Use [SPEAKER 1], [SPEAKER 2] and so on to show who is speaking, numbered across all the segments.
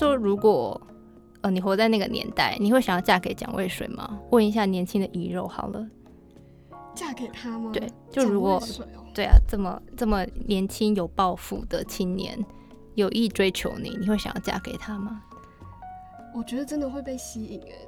[SPEAKER 1] 说，如果你活在那个年代，你会想要嫁给蒋渭水吗？问一下年轻的怡柔好了。
[SPEAKER 2] 嫁给他吗？
[SPEAKER 1] 对，就如果对啊，这么年轻有抱负的青年，有意追求你，你会想要嫁给他吗？
[SPEAKER 2] 我觉得真的会被吸引耶。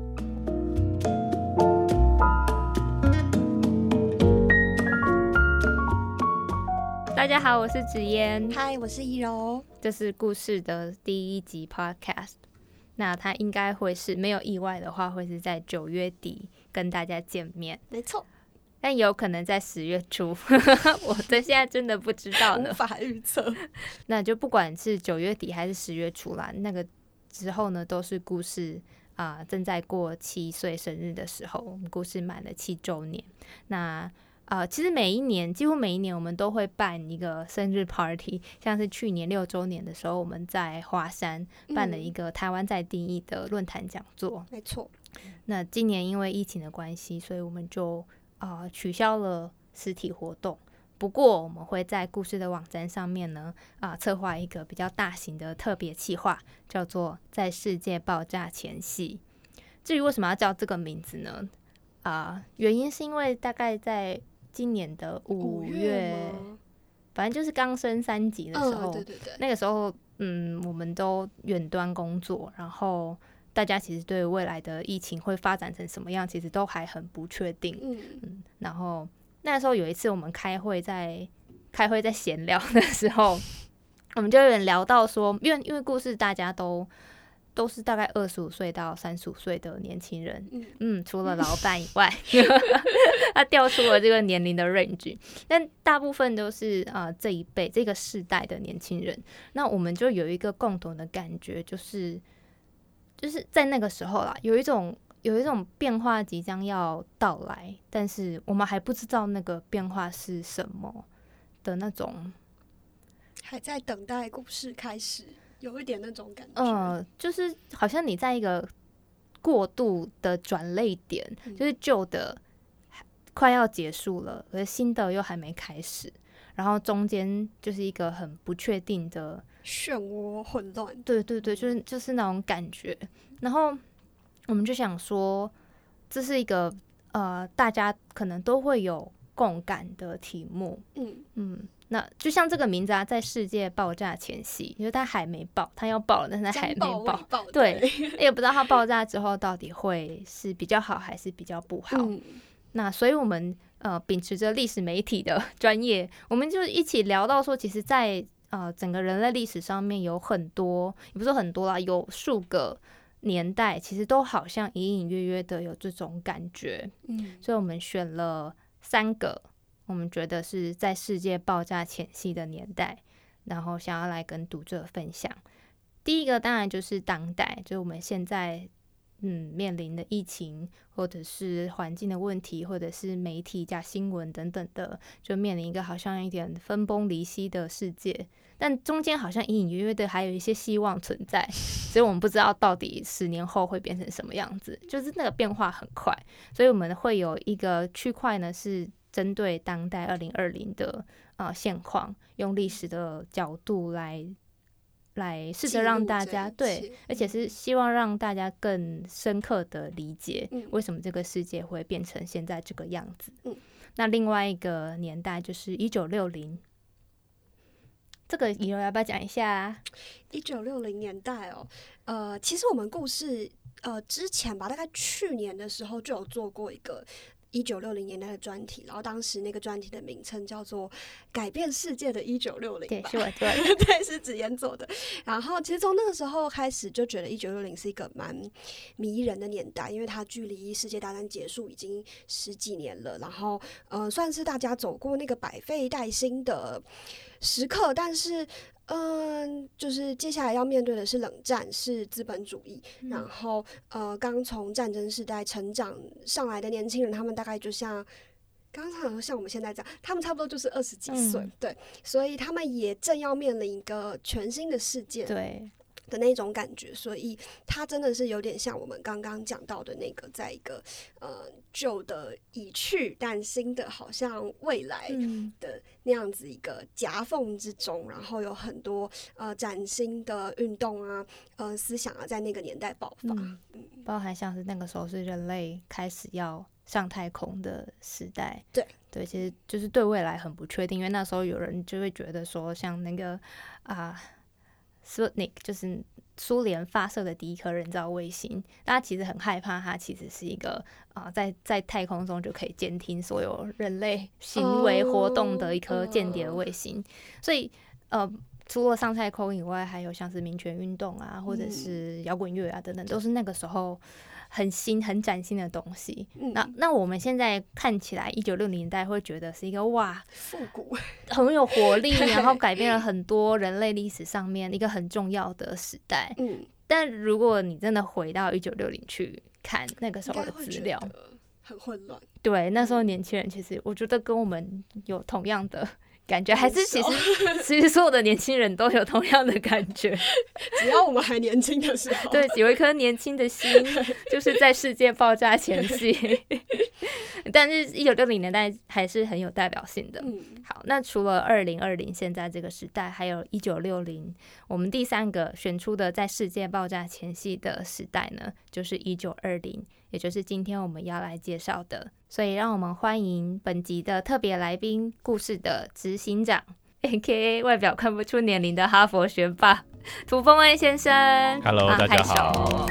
[SPEAKER 1] 大家好，我是芷嫣。
[SPEAKER 2] 嗨，我是怡柔。
[SPEAKER 1] 这是故事的第一集 podcast。那它应该会是没有意外的话，会是在9月底跟大家见面。
[SPEAKER 2] 没错。
[SPEAKER 1] 但也有可能在10月初，我现在真的不知道呢，
[SPEAKER 2] 无法预测。
[SPEAKER 1] 那就不管是9月底还是10月初啦，那个之后呢，都是故事正在过7岁生日的时候，我们故事满了7周年。那其实几乎每一年我们都会办一个生日 party， 像是去年6周年的时候，我们在华山办了一个台湾在地艺的论坛讲座。
[SPEAKER 2] 没错。
[SPEAKER 1] 那今年因为疫情的关系，所以我们就取消了实体活动。不过我们会在故事的网站上面呢策划一个比较大型的特别企划，叫做在世界爆炸前夕。至于为什么要叫这个名字呢？原因是因为大概在今年的5月，反正就是刚升3级的时候，
[SPEAKER 2] 对对对，
[SPEAKER 1] 那个时候我们都远端工作，然后大家其实对未来的疫情会发展成什么样，其实都还很不确定。然后那时候有一次我们开会在闲聊的时候，我们就有点聊到说，因为故事大家都是大概25岁到35岁的年轻人，除了老板以外，他调出了这个年龄的 range， 但大部分都是这一辈这个世代的年轻人。那我们就有一个共同的感觉，就是在那个时候啦，有一种变化即将要到来，但是我们还不知道那个变化是什么的那种，
[SPEAKER 2] 还在等待故事开始，有一点那种感觉。
[SPEAKER 1] 就是好像你在一个过渡的转捩点，就是旧的快要结束了，可是新的又还没开始，然后中间就是一个很不确定的
[SPEAKER 2] 漩涡混乱。
[SPEAKER 1] 对对对，就是那种感觉。然后我们就想说，这是一个大家可能都会有共感的题目。那就像这个名字在世界爆炸前夕，就是它还没爆，它要爆了，但是它还没爆。对，也不知道它爆炸之后到底会是比较好还是比较不好。那所以我们秉持着历史媒体的专业，我们就一起聊到说，其实在整个人类历史上面有很多，也不是说很多啦，有数个年代其实都好像隐隐约约的有这种感觉。所以我们选了3个我们觉得是在世界爆炸前夕的年代，然后想要来跟读者分享。第一个当然就是当代，就是我们现在面临的疫情，或者是环境的问题，或者是媒体假新闻等等的，就面临一个好像一点分崩离析的世界，但中间好像隐隐约约的还有一些希望存在，所以我们不知道到底10年后会变成什么样子，就是那个变化很快。所以我们会有一个区块呢，是针对当代2020的现况，用历史的角度来试着让大家对，而且是希望让大家更深刻的理解为什么这个世界会变成现在这个样子。那另外一个年代就是1960，这个怡柔要不要讲一下
[SPEAKER 2] ？1960年代其实我们故事之前吧，大概去年的时候就有做过一个1960年代的专题，然后当时那个专题的名称叫做《改变世界的1960》，
[SPEAKER 1] 对，是我做的，
[SPEAKER 2] 对，是芷嫣做的。然后其实从那个时候开始就觉得1960是一个蛮迷人的年代，因为它距离世界大战结束已经10几年了，然后算是大家走过那个百废待兴的时刻，但是就是接下来要面对的是冷战，是资本主义。然后刚从战争时代成长上来的年轻人，他们大概就像刚刚像我们现在这样，他们差不多就是20几岁，对，所以他们也正要面临一个全新的世界。
[SPEAKER 1] 对。
[SPEAKER 2] 的那种感觉，所以它真的是有点像我们刚刚讲到的那个，在一个旧的已去，但新的好像未来的那样子一个夹缝之中，然后有很多崭新的运动啊，思想啊，在那个年代爆发，
[SPEAKER 1] 包含像是那个时候是人类开始要上太空的时代，对，其实就是对未来很不确定，因为那时候有人就会觉得说，像那个Sputnik 就是苏联发射的第一颗人造卫星，大家其实很害怕它其实是一个在太空中就可以监听所有人类行为活动的一颗间谍卫星，所以除了上太空以外，还有像是民权运动啊，或者是摇滚乐啊等等，都是那个时候很新、很崭新的东西。那我们现在看起来，1960年代会觉得是一个哇，
[SPEAKER 2] 复古，
[SPEAKER 1] 很有活力，然后改变了很多人类历史上面一个很重要的时代。但如果你真的回到1960去看那个时候的资料，
[SPEAKER 2] 很混乱。
[SPEAKER 1] 对，那时候年轻人其实我觉得跟我们有同样的感觉，还是其实所有的年轻人都有同样的感觉，
[SPEAKER 2] 只要我们还年轻的时候，
[SPEAKER 1] 对，有一颗年轻的心，就是在世界爆炸前夕。但是1960年代还是很有代表性的。好，那除了2020现在这个时代，还有1960，我们第三个选出的在世界爆炸前夕的时代呢，就是1920，也就是今天我们要来介绍的。所以让我们欢迎本集的特别来宾，故事的执行长 AKA 外表看不出年龄的哈佛学霸涂峰恩先生。
[SPEAKER 3] Hello， 大家好。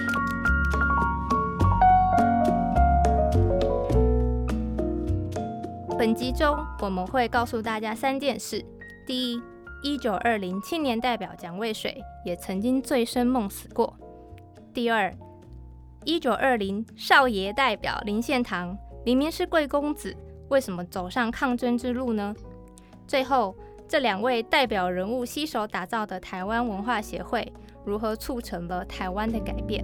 [SPEAKER 1] 本集中我们会告诉大家3件事。第一，1920青年代表蒋渭水也曾经醉生梦死过。第二，1920少爷代表林献堂明明是贵公子，为什么走上抗争之路呢？最后，这2位代表人物携手打造的台湾文化协会，如何促成了台湾的改变？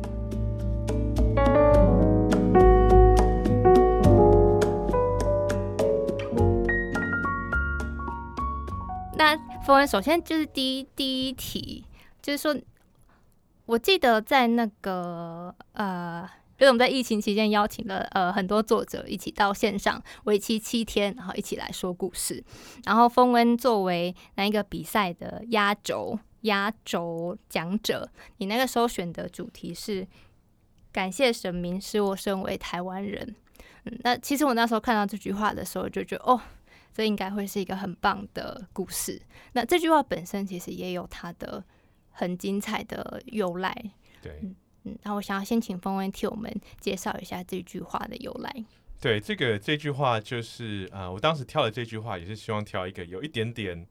[SPEAKER 1] 那峰恩，首先就是第一题，就是说，我记得在那个就是我们在疫情期间邀请了很多作者一起到线上，为期7天，然后一起来说故事。然后峰恩作为那一个比赛的压轴讲者，你那个时候选的主题是感谢神明使我身为台湾人。那其实我那时候看到这句话的时候，就觉得这应该会是一个很棒的故事。那这句话本身其实也有它的很精彩的由来。
[SPEAKER 3] 对，
[SPEAKER 1] 那我想要先请峰恩替我们介绍一下这句话的由来。
[SPEAKER 3] 对，这句话就是我当时挑的这句话也是希望挑一个有一点点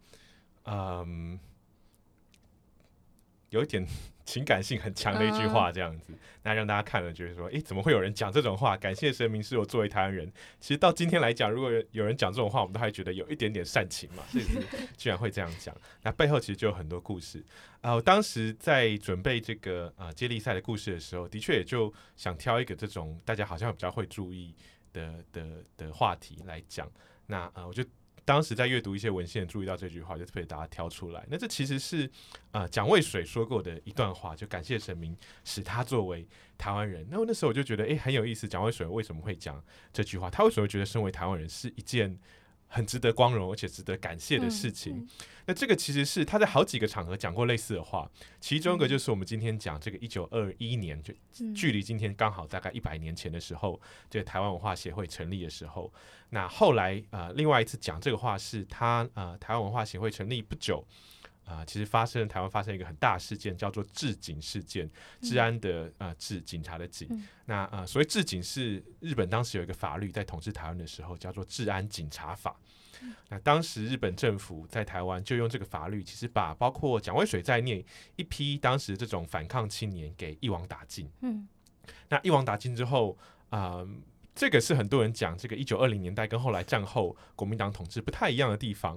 [SPEAKER 3] 情感性很强的一句话，这样子，那让大家看了觉得说，怎么会有人讲这种话？感谢神明使我作为台湾人。其实到今天来讲，如果有人讲这种话，我们都还觉得有一点点煽情嘛，所以居然会这样讲。那背后其实就有很多故事。我当时在准备这个接力赛的故事的时候，的确也就想挑一个这种大家好像比较会注意的话题来讲。那我就当时在阅读一些文献，注意到这句话，就特别把它挑出来。那这其实是蒋渭水说过的一段话，就感谢神明使他作为台湾人。那时候我就觉得很有意思，蒋渭水为什么会讲这句话？他为什么会觉得身为台湾人是一件很值得光荣而且值得感谢的事情？那这个其实是他在好几个场合讲过类似的话，其中一个就是我们今天讲这个1921年，就距离今天刚好大概100年前的时候，这个台湾文化协会成立的时候。那后来另外一次讲这个话是他台湾文化协会成立不久，其实台湾发生一个很大的事件，叫做治警事件。治安的治，警察的警。那所谓治警是日本当时有一个法律在统治台湾的时候叫做治安警察法。那当时日本政府在台湾就用这个法律，其实把包括蒋渭水在内一批当时这种反抗青年给一网打尽。那一网打尽之后这个是很多人讲这个1920年代跟后来战后国民党统治不太一样的地方，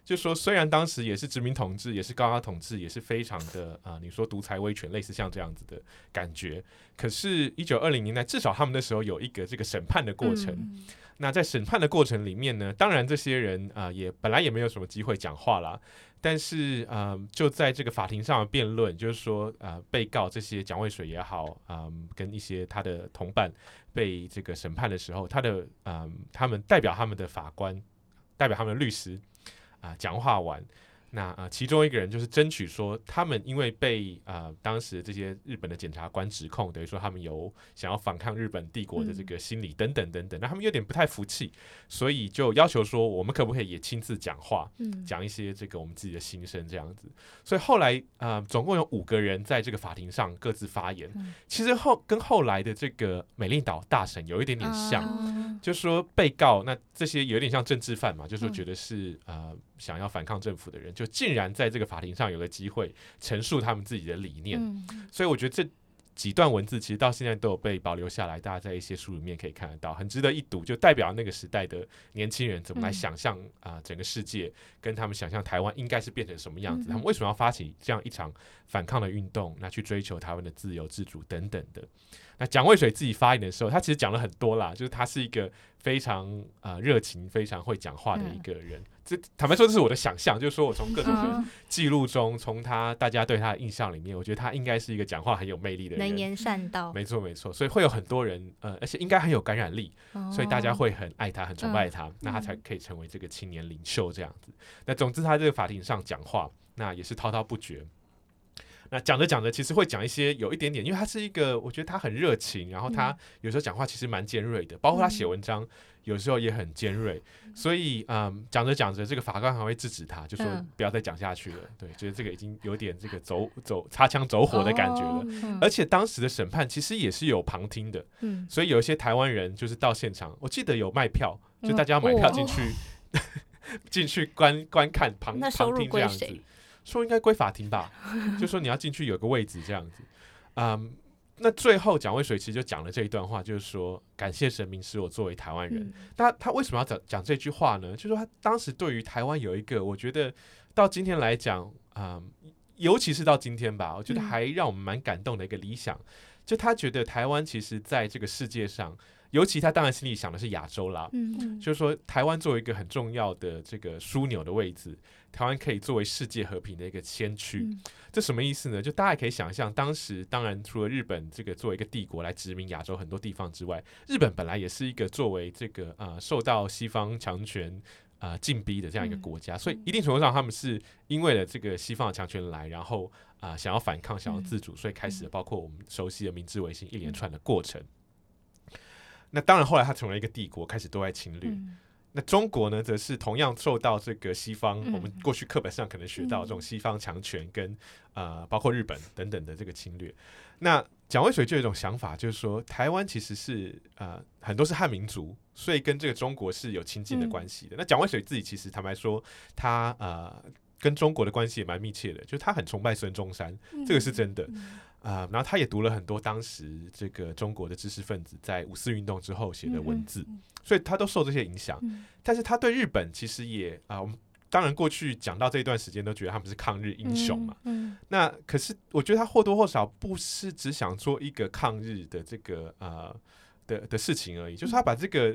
[SPEAKER 3] 就说虽然当时也是殖民统治，也是高压统治，也是非常的你说独裁威权，类似像这样子的感觉，可是1920年代至少他们那时候有一个这个审判的过程。那在审判的过程里面呢，当然这些人也本来也没有什么机会讲话啦，但是就在这个法庭上的辩论，就是说被告这些蒋渭水也好，跟一些他的同伴被这个审判的时候，他们代表他们的法官，代表他们的律师讲话完。那其中一个人就是争取说，他们因为被当时这些日本的检察官指控，等于说他们有想要反抗日本帝国的这个心理等等等等，那他们有点不太服气，所以就要求说，我们可不可以也亲自讲话，讲一些这个我们自己的心声这样子。所以后来总共有5个人在这个法庭上各自发言，其实跟后来的这个美丽岛大审有一点点像，就是说被告那这些有点像政治犯嘛，就是说觉得是想要反抗政府的人，就竟然在这个法庭上有了机会陈述他们自己的理念。所以我觉得这几段文字其实到现在都有被保留下来，大家在一些书里面可以看得到，很值得一读，就代表那个时代的年轻人怎么来想象整个世界，跟他们想象台湾应该是变成什么样子，他们为什么要发起这样一场反抗的运动，那去追求台湾的自由自主等等的。那蒋渭水自己发言的时候，他其实讲了很多啦，就是他是一个非常热情、非常会讲话的一个人。坦白说，这是我的想象，就是说我从各种的记录中，从大家对他的印象里面，我觉得他应该是一个讲话很有魅力的人，
[SPEAKER 1] 能言善道。
[SPEAKER 3] 没错没错，所以会有很多人而且应该很有感染力，所以大家会很爱他、很崇拜他，那他才可以成为这个青年领袖这样子。那总之，他这个法庭上讲话，那也是滔滔不绝。那讲着讲着，其实会讲一些有一点点，因为他是一个，我觉得他很热情，然后他有时候讲话其实蛮尖锐的，包括他写文章有时候也很尖锐，所以讲着讲着，这个法官还会制止他，就说不要再讲下去了。对，觉得这个已经有点这个擦枪走火的感觉了。而且当时的审判其实也是有旁听的，所以有一些台湾人就是到现场，我记得有卖票，就大家要买票进去，进去观看旁听这样子。说应该归法庭吧，就说你要进去有个位置这样子。那最后蒋渭水其实就讲了这一段话，就是说感谢神明使我作为台湾人。那他为什么要讲这句话呢？就是说他当时对于台湾有一个，我觉得到今天来讲，尤其是到今天吧，我觉得还让我们蛮感动的一个理想，就他觉得台湾其实在这个世界上，尤其他当然心里想的是亚洲啦，就是说台湾作为一个很重要的这个枢纽的位置，台湾可以作为世界和平的一个先驱。这什么意思呢？就大家也可以想象，当时当然除了日本这个作为一个帝国来殖民亚洲很多地方之外，日本本来也是一个作为这个受到西方强权禁逼的这样一个国家，所以一定程度上他们是因为了这个西方的强权来，然后想要反抗，想要自主，所以开始了包括我们熟悉的明治维新一连串的过程。那当然后来他成为一个帝国，开始对外侵略。那中国呢，则是同样受到这个西方，我们过去课本上可能学到这种西方强权跟包括日本等等的这个侵略。那蒋渭水就有一种想法，就是说台湾其实是很多是汉民族，所以跟这个中国是有亲近的关系的。那蒋渭水自己其实坦白说，他跟中国的关系也蛮密切的，就是他很崇拜孙中山，这个是真的。然后他也读了很多当时这个中国的知识分子在五四运动之后写的文字，所以他都受这些影响。但是他对日本其实也我们当然过去讲到这一段时间都觉得他们是抗日英雄嘛，那可是我觉得他或多或少不是只想做一个抗日的这个的事情而已，就是他把这个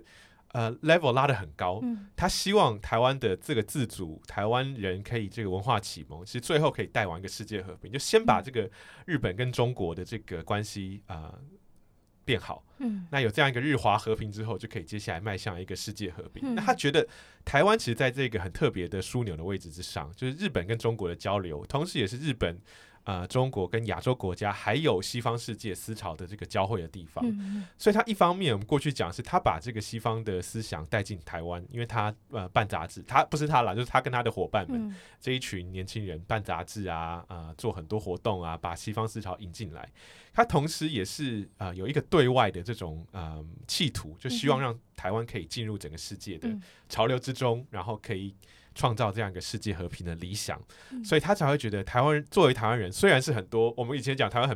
[SPEAKER 3] level 拉得很高，他希望台湾的这个自主，台湾人可以这个文化启蒙，其实最后可以带往一个世界和平，就先把这个日本跟中国的这个关系变好，那有这样一个日华和平之后，就可以接下来迈向一个世界和平。那他觉得台湾其实在这个很特别的枢纽的位置之上，就是日本跟中国的交流，同时也是日本中国跟亚洲国家还有西方世界思潮的这个交汇的地方。所以他一方面我们过去讲是他把这个西方的思想带进台湾，因为他办杂志，他不是他啦，就是他跟他的伙伴们，这一群年轻人办杂志做很多活动把西方思潮引进来。他同时也是有一个对外的这种企图，就希望让台湾可以进入整个世界的潮流之中，然后可以创造这样一个世界和平的理想。所以他才会觉得台湾作为台湾人，虽然是很多我们以前讲台湾很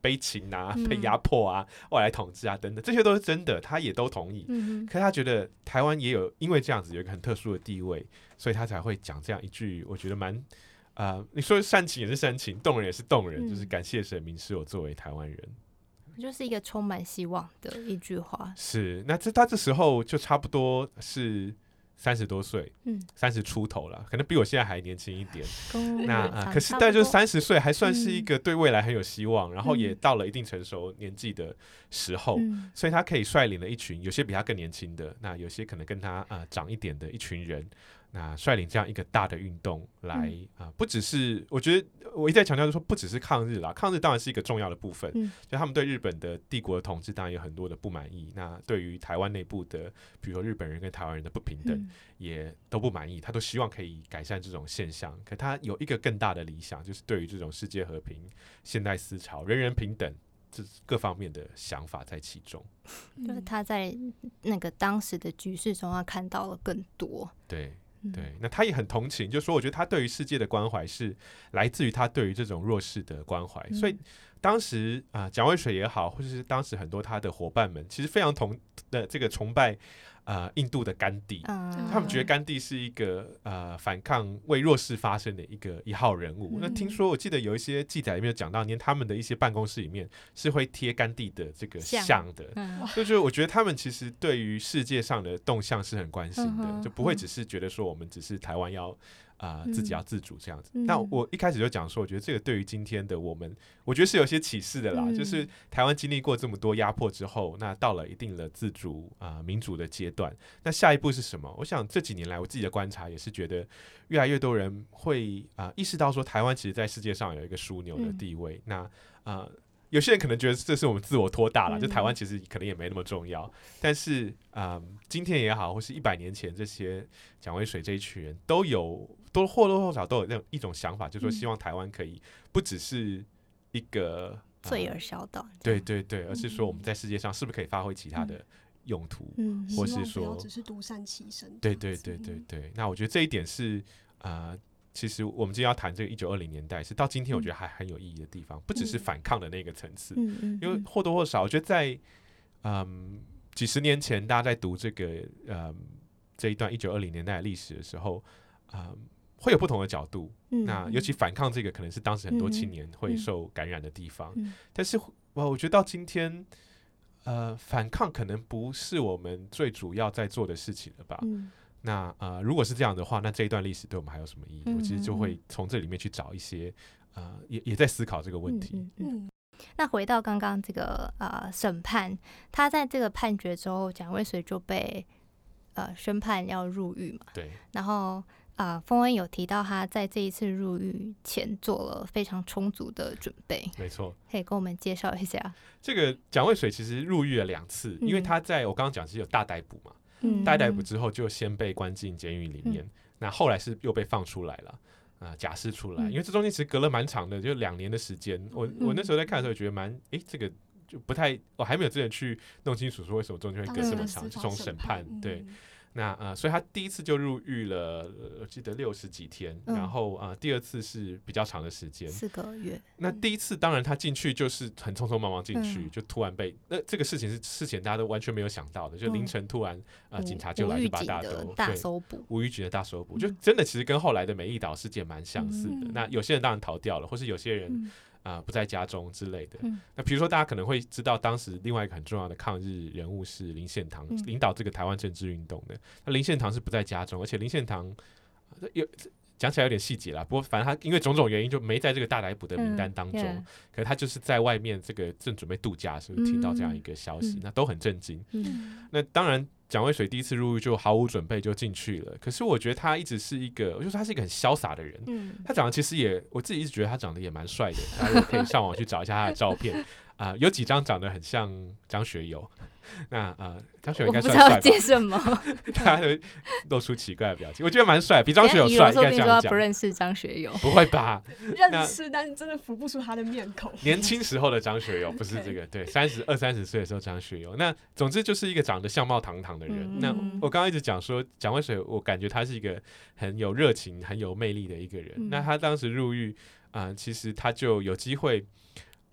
[SPEAKER 3] 悲情啊、被压迫啊、外来统治啊等等，这些都是真的，他也都同意。可是他觉得台湾也有因为这样子有一个很特殊的地位，所以他才会讲这样一句，我觉得蛮你说煽情也是煽情，动人也是动人，就是感谢神明使我作为台湾人。
[SPEAKER 1] 就是一个充满希望的一句话。
[SPEAKER 3] 是，那他这时候就差不多是30多岁，30出头了，可能比我现在还年轻一点。那可是但就30岁还算是一个对未来很有希望，然后也到了一定成熟年纪的时候，所以他可以率领了一群有些比他更年轻的，那有些可能跟他长一点的一群人。那率领这样一个大的运动来不只是我觉得我一再强调说，不只是抗日啦，抗日当然是一个重要的部分，就他们对日本的帝国的统治当然有很多的不满意，那对于台湾内部的比如说日本人跟台湾人的不平等也都不满意，他都希望可以改善这种现象。可他有一个更大的理想，就是对于这种世界和平、现代思潮、人人平等这各方面的想法在其中。
[SPEAKER 1] 就是他在那个当时的局势中，他看到了更多。
[SPEAKER 3] 对，那他也很同情，就是说我觉得他对于世界的关怀是来自于他对于这种弱势的关怀，所以当时蒋渭水也好，或者是当时很多他的伙伴们其实非常这个崇拜印度的甘地，他们觉得甘地是一个反抗为弱势发声的一号人物。那听说我记得有一些记载里面有讲到，连他们的一些办公室里面是会贴甘地的这个像的，就是我觉得他们其实对于世界上的动向是很关心的，就不会只是觉得说我们只是台湾要自己要自主这样子。那我一开始就讲说，我觉得这个对于今天的我们，我觉得是有些启示的啦。就是台湾经历过这么多压迫之后，那到了一定的自主民主的阶段，那下一步是什么？我想这几年来我自己的观察也是觉得，越来越多人会意识到说，台湾其实在世界上有一个枢纽的地位。那有些人可能觉得这是我们自我托大了，就台湾其实可能也没那么重要。但是今天也好，或是100年前这些蒋渭水这一群人都或多或少都有那种一种想法，就是说希望台湾可以不只是一个
[SPEAKER 1] 罪而小岛，
[SPEAKER 3] 对，而是说我们在世界上是不是可以发挥其他的用途，或是说
[SPEAKER 2] 不要只是独善其身。
[SPEAKER 3] 对。那我觉得这一点是其实我们今天要谈这个1920年代，是到今天我觉得还很有意义的地方，不只是反抗的那个层次，因为或多或少，我觉得在几十年前，大家在读这个这一段1920年代的历史的时候，会有不同的角度。那尤其反抗这个，可能是当时很多青年会受感染的地方。但是我觉得到今天，反抗可能不是我们最主要在做的事情了吧。那如果是这样的话，那这一段历史对我们还有什么意义？我其实就会从这里面去找一些也在思考这个问题。
[SPEAKER 1] 那回到刚刚这个审判，他在这个判决之后，蒋渭水就被宣判要入狱嘛。
[SPEAKER 3] 对。
[SPEAKER 1] 然后丰恩有提到他在这一次入狱前做了非常充足的准备。
[SPEAKER 3] 没错。
[SPEAKER 1] 可以跟我们介绍一下。
[SPEAKER 3] 这个蒋渭水其实入狱了2次，因为他在我刚刚讲是有大逮捕嘛。大逮捕之后就先被关进监狱里面，那后来是又被放出来了，假释出来，因为这中间其实隔了蛮长的，就2年的时间。我那时候在看的时候觉得这个就不太，我还没有真的去弄清楚说为什么中间会隔这么长这种审判。对。那所以他第一次就入狱了，我记得60几天，然后第二次是比较长的时间
[SPEAKER 1] ，4个月。
[SPEAKER 3] 那第一次当然他进去就是很匆匆忙忙进去，就突然被这个事情是事前大家都完全没有想到的，就凌晨突然警察就来就把大家都
[SPEAKER 1] 大搜捕，
[SPEAKER 3] 无预警的大搜捕，就真的其实跟后来的美丽岛事件蛮相似的。那有些人当然逃掉了，或是有些人不在家中之类的。那比如说大家可能会知道，当时另外一个很重要的抗日人物是林献堂，领导这个台湾政治运动的。那林献堂是不在家中，而且林献堂讲起来有点细节啦，不过反正他因为种种原因就没在这个大逮捕的名单当中。可是他就是在外面这个正准备度假的时候听到这样一个消息，那都很震惊。那当然蒋渭水第一次入狱就毫无准备就进去了，可是我觉得他一直是一个，我就说他是一个很潇洒的人。他长得其实也，我自己一直觉得他长得也蛮帅的，大家可以上网去找一下他的照片。有几张长得很像张学友。那张学友应该算帅吧？
[SPEAKER 1] 我不知道接什么，
[SPEAKER 3] 他会露出奇怪的表情，我觉得蛮帅，比张学友帅，应该这样讲。
[SPEAKER 1] 不认识张学友？
[SPEAKER 3] 不会吧？
[SPEAKER 2] 认识，但是真的浮不出他的面孔。
[SPEAKER 3] 年轻时候的张学友，不是这个，对，20-30岁的时候张学友。那总之就是一个长得相貌堂堂的人。那我刚刚一直讲说，蒋渭水，我感觉他是一个很有热情、很有魅力的一个人。那他当时入狱其实他就有机会。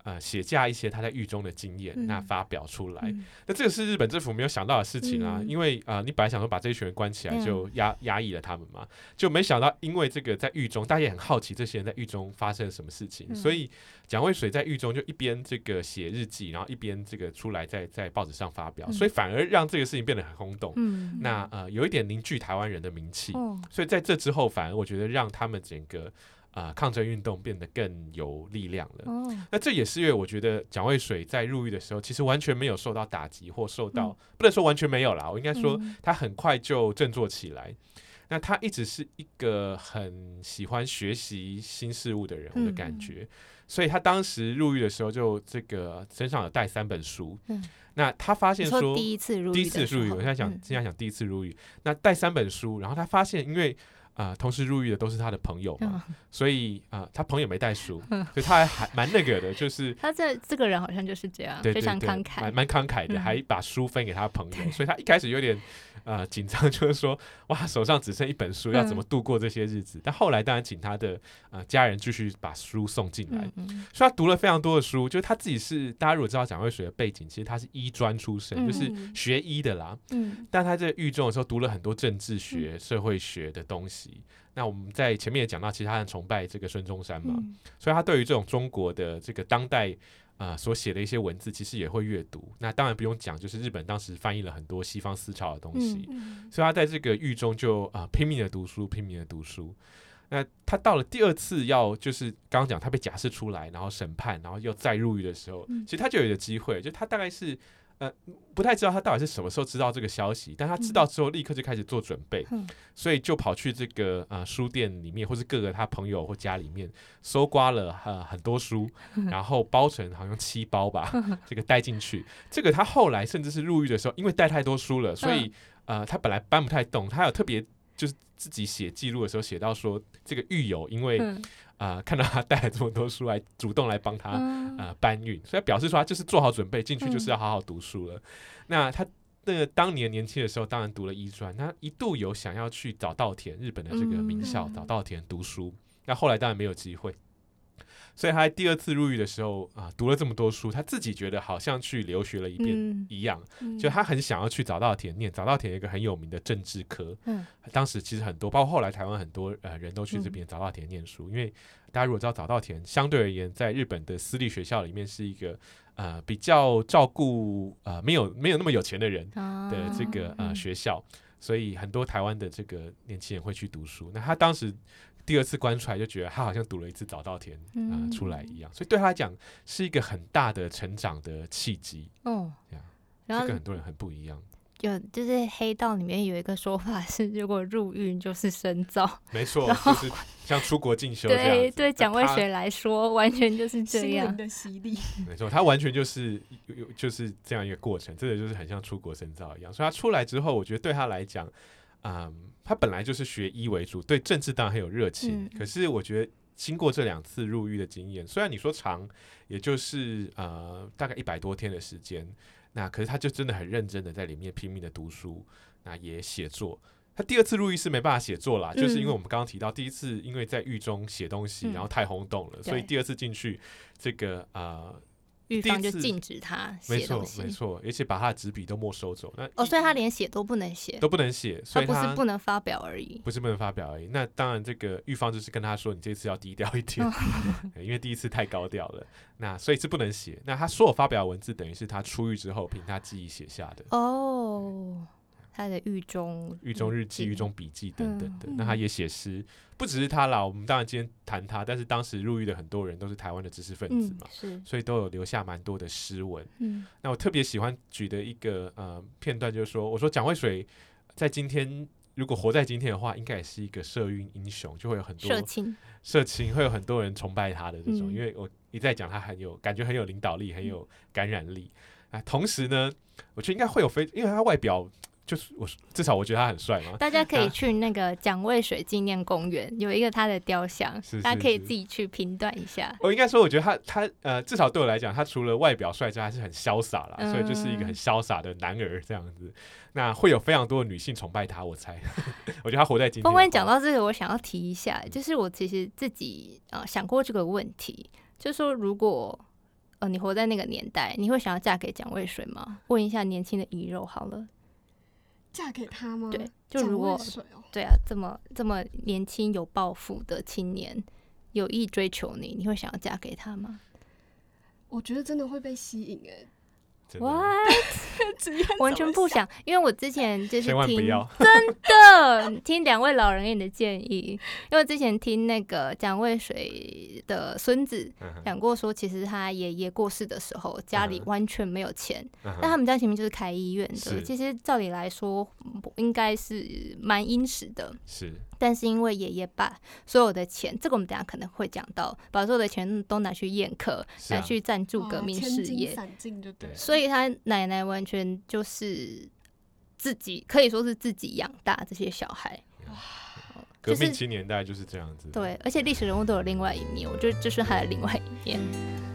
[SPEAKER 3] 写下一些他在狱中的经验，那发表出来。那这个是日本政府没有想到的事情啊，因为你本来想说把这一群人关起来就压抑了他们嘛，就没想到因为这个在狱中，大家也很好奇这些人在狱中发生了什么事情，所以蒋渭水在狱中就一边这个写日记，然后一边这个出来在报纸上发表，所以反而让这个事情变得很轰动。那有一点凝聚台湾人的名气，所以在这之后，反而我觉得让他们整个抗争运动变得更有力量了。那这也是因为我觉得蒋渭水在入狱的时候，其实完全没有受到打击或受到，不能说完全没有啦，我应该说他很快就振作起来。那他一直是一个很喜欢学习新事物的人，我的感觉。所以他当时入狱的时候，就这个身上有带3本书。那他发现说，
[SPEAKER 1] 第一次入狱，
[SPEAKER 3] 我现在讲第一次入狱，那带3本书，然后他发现因为同时入狱的都是他的朋友嘛，所以他朋友没带书，所以他还蛮那个的，就是
[SPEAKER 1] 他这个人好像就是这样，非常慷慨，
[SPEAKER 3] 蛮慷慨的，还把书分给他朋友，所以他一开始有点紧张，就是说哇，手上只剩1本书，要怎么度过这些日子？但后来当然请他的家人继续把书送进来，所以他读了非常多的书，就是他自己是大家如果知道蒋渭水的背景，其实他是医专出身，就是学医的啦，但他在狱中的时候读了很多政治学、社会学的东西。那我们在前面也讲到，其实他很崇拜这个孙中山嘛，所以他对于这种中国的这个当代所写的一些文字，其实也会阅读。那当然不用讲，就是日本当时翻译了很多西方思潮的东西，所以他在这个狱中就拼命的读书，拼命的读书。那他到了第2次就是刚刚讲他被假释出来，然后审判，然后又再入狱的时候，其实他就有一个机会，就他大概是不太知道他到底是什么时候知道这个消息，但他知道之后立刻就开始做准备，所以就跑去这个书店里面，或是各个他朋友或家里面搜刮了很多书，然后包成好像7包吧，这个带进去。这个他后来甚至是入狱的时候，因为带太多书了，所以他本来搬不太动，他有特别就是自己写记录的时候写到说，这个狱友因为看到他带了这么多书来主动来帮他搬运，所以表示说他就是做好准备进去就是要好好读书了。那他那个当年年轻的时候当然读了医专，他一度有想要去早稻田日本的这个名校早稻田读书，那后来当然没有机会，所以他在第2次入狱的时候读了这么多书，他自己觉得好像去留学了一遍一样，就他很想要去早稻田念。早稻田有一个很有名的政治科，当时其实很多，包括后来台湾很多人都去这边早稻田念书，因为大家如果知道早稻田相对而言在日本的私立学校里面是一个比较照顾没有那么有钱的人的这个学校，所以很多台湾的这个年轻人会去读书。那他当时第2次关出来就觉得他好像读了1次早稻田出来一样，所以对他来讲是一个很大的成长的契机。这跟很多人很不一样。
[SPEAKER 1] 就是黑道里面有一个说法是，如果入狱就是深造，
[SPEAKER 3] 没错，就是像出国进修这样子。
[SPEAKER 1] 对蒋渭水来说，完全就是这样，
[SPEAKER 2] 心灵的洗礼。
[SPEAKER 3] 没错，他完全就是这样一个过程，真的就是很像出国深造一样。所以他出来之后，我觉得对他来讲，他本来就是学医为主，对政治当然很有热情。可是我觉得经过这2次入狱的经验，虽然你说长，也就是大概100多天的时间。那可是他就真的很认真的在里面拼命的读书，那也写作。他第2次入狱是没办法写作啦，就是因为我们刚刚提到第1次因为在狱中写东西，然后太轰动了，所以第2次进去这个
[SPEAKER 1] 狱方就禁止他写东西，
[SPEAKER 3] 没错，而且把他的纸笔都没收走。
[SPEAKER 1] 所以他连写都不能写，
[SPEAKER 3] 所以
[SPEAKER 1] 他不是不能发表而已，
[SPEAKER 3] 那当然，这个狱方就是跟他说，你这次要低调一点，因为第1次太高调了，那所以是不能写。那他所有发表的文字，等于是他出狱之后凭他记忆写下的。
[SPEAKER 1] 他的狱中
[SPEAKER 3] 日记、狱中笔记等等的。那他也写诗，不只是他啦，我们当然今天谈他，但是当时入狱的很多人都是台湾的知识分子嘛，所以都有留下蛮多的诗文。那我特别喜欢举的一个片段就是说，我说蒋渭水在今天如果活在今天的话，应该也是一个社运英雄，就会有很多社青会有很多人崇拜他的这种，因为我一再讲他感觉很有领导力，很有感染力。同时呢，我觉得应该会有因为他外表。就是至少我觉得他很帅嘛。
[SPEAKER 1] 大家可以去那个蒋渭水纪念公园，有一个他的雕像，大家可以自己去评断一下。
[SPEAKER 3] 我应该说，我觉得他至少对我来讲，他除了外表帅之外，还是很潇洒啦，所以就是一个很潇洒的男儿这样子。那会有非常多的女性崇拜他，我猜。我觉得他活在今天。
[SPEAKER 1] 峰哥讲到这个，我想要提一下，就是我其实自己想过这个问题，就是说如果你活在那个年代，你会想要嫁给蒋渭水吗？问一下年轻的遗肉好了。
[SPEAKER 2] 嫁给他吗？
[SPEAKER 1] 对，就如果对啊，这么年轻有抱负的青年，有意追求你，你会想要嫁给他吗？
[SPEAKER 2] 我觉得真的会被吸引
[SPEAKER 1] What？ 完全不想，因为我之前就是
[SPEAKER 3] 千万不要
[SPEAKER 1] 真的听2位老人院的建议，因为之前听那个蒋渭水的孙子讲过说，其实他爷爷过世的时候家里完全没有钱，但他们家前面就是开医院的，其实照理来说应该是蛮殷实的，是。但是因为爷爷把所有的钱，这个我们等一下可能会讲到，把所有的钱都拿去宴客，拿去赞助革命事业，所以他奶奶完全就是自己可以说是自己养大这些小孩。
[SPEAKER 3] 革命青年代就是这样子。
[SPEAKER 1] 对，而且历史人物都有另外一面，我觉得这是他的另外一面。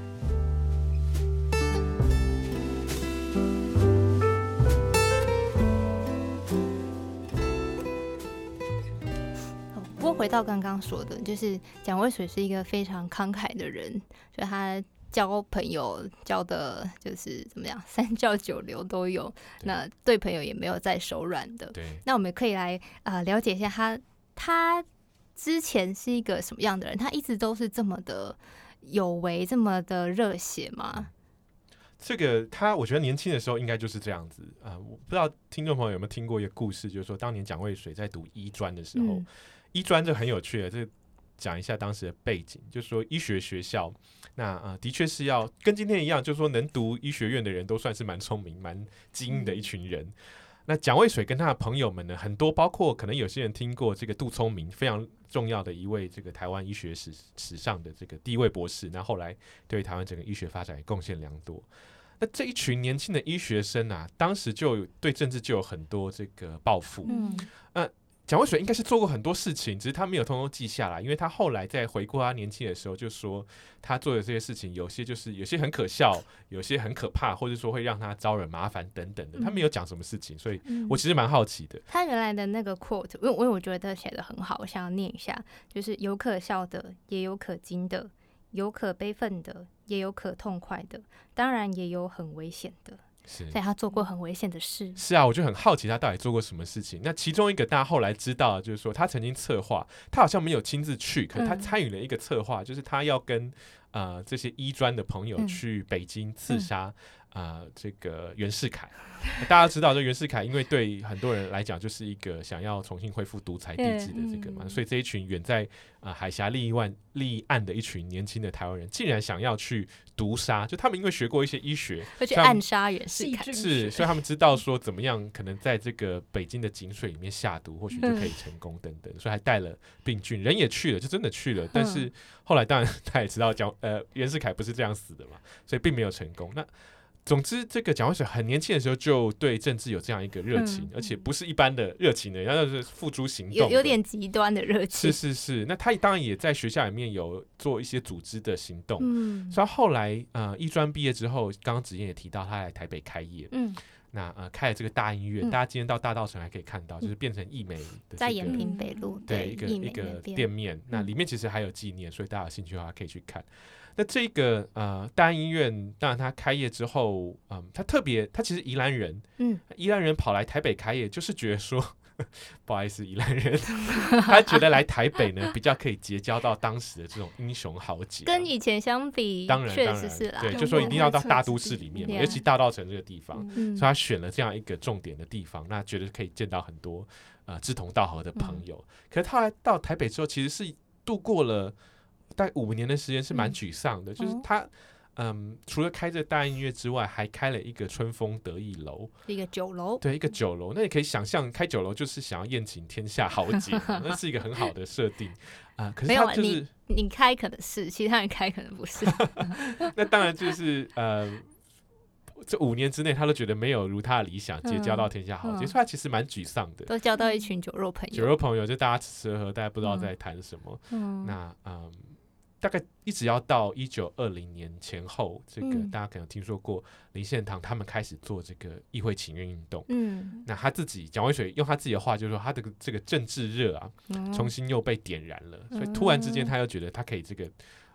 [SPEAKER 1] 不过回到刚刚说的，就是蒋渭水是一个非常慷慨的人，所以他交朋友交的就是怎么样，三教九流都有，那对朋友也没有再手软的。那我们可以来了解一下他之前是一个什么样的人？他一直都是这么的有为，这么的热血吗？
[SPEAKER 3] 这个我觉得年轻的时候应该就是这样子我不知道听众朋友有没有听过一个故事，就是说当年蒋渭水在读医专的时候，医专这很有趣的，这讲一下当时的背景，就是说医学学校，那的确是要跟今天一样，就是说能读医学院的人都算是蛮聪明、蛮精英的一群人。那蒋渭水跟他的朋友们呢，很多包括可能有些人听过这个杜聪明，非常重要的一位这个台湾医学史上的这个第一位博士，那后来对台湾整个医学发展也贡献良多。那这一群年轻的医学生啊，当时就对政治就有很多这个抱负。蒋渭水应该是做过很多事情，只是他没有通通记下来，因为他后来在回顾他年轻的时候，就说他做的这些事情，有些很可笑，有些很可怕，或者说会让他招惹麻烦等等的，他没有讲什么事情，所以我其实蛮好奇的。
[SPEAKER 1] 他原来的那个 quote， 因为我觉得写得很好，我想要念一下，就是有可笑的，也有可惊的，有可悲愤的，也有可痛快的，当然也有很危险的。所以他做过很危险的事。是啊，
[SPEAKER 3] 我就很好奇他到底做过什么事情。那其中一个大家后来知道，就是说他曾经策划，他好像没有亲自去，可是他参与了一个策划，就是他要跟这些医专的朋友去北京刺杀这个袁世凯。大家知道，这袁世凯因为对很多人来讲就是一个想要重新恢复独裁帝制的这个嘛，所以这一群远在海峡另一岸的一群年轻的台湾人，竟然想要去毒杀，就他们因为学过一些医学，
[SPEAKER 1] 会去暗杀袁世凯，
[SPEAKER 3] 是，所以他们知道说怎么样可能在这个北京的井水里面下毒，或许就可以成功等等，所以还带了病菌，人也去了，就真的去了，但是后来当然他也知道袁世凯不是这样死的嘛，所以并没有成功。那总之，这个蒋渭水很年轻的时候就对政治有这样一个热情，而且不是一般的热情的，要是付诸行动的，
[SPEAKER 1] 有点极端的热情。
[SPEAKER 3] 是。那他当然也在学校里面有做一些组织的行动。所以后来医专毕业之后，刚刚子燕也提到他来台北开业。那开了这个大医院，大家今天到大稻埕还可以看到，就是变成义美的
[SPEAKER 1] 在延平北路
[SPEAKER 3] 对一个店面。那里面其实还有纪念，所以大家有兴趣的话可以去看。那这个大安医院，当然他开业之后，他其实宜兰人，宜兰人跑来台北开业，就是觉得说，不好意思，宜兰人，他觉得来台北呢比较可以结交到当时的这种英雄豪杰，
[SPEAKER 1] 跟以前相比，
[SPEAKER 3] 当然
[SPEAKER 1] 确实是啦，
[SPEAKER 3] 对，就说一定要到大都市里面嘛，尤其大稻埕这个地方，所以他选了这样一个重点的地方，那觉得可以见到很多志同道合的朋友。可是他到台北之后，其实是度过了大概5年的时间，是蛮沮丧的。就是他，除了开这大安医院之外，还开了一个春风得意楼，
[SPEAKER 1] 一个酒楼，
[SPEAKER 3] 对，一个酒楼。那你可以想象，开酒楼就是想要宴请天下豪杰，那是一个很好的设定可是他就是
[SPEAKER 1] 你开可能是，其他人开可能不是。
[SPEAKER 3] 那当然就是这5年之内，他都觉得没有如他的理想结交到天下豪杰，所以他其实蛮沮丧的。
[SPEAKER 1] 都交到一群酒肉朋友，
[SPEAKER 3] 酒肉朋友就大家吃喝，大家不知道在谈什么。那大概一直要到1920年前后，这个大家可能听说过林献堂他们开始做这个议会请愿运动。那他自己蒋渭水用他自己的话就是说，他的这个政治热重新又被点燃了，所以突然之间他又觉得他可以这个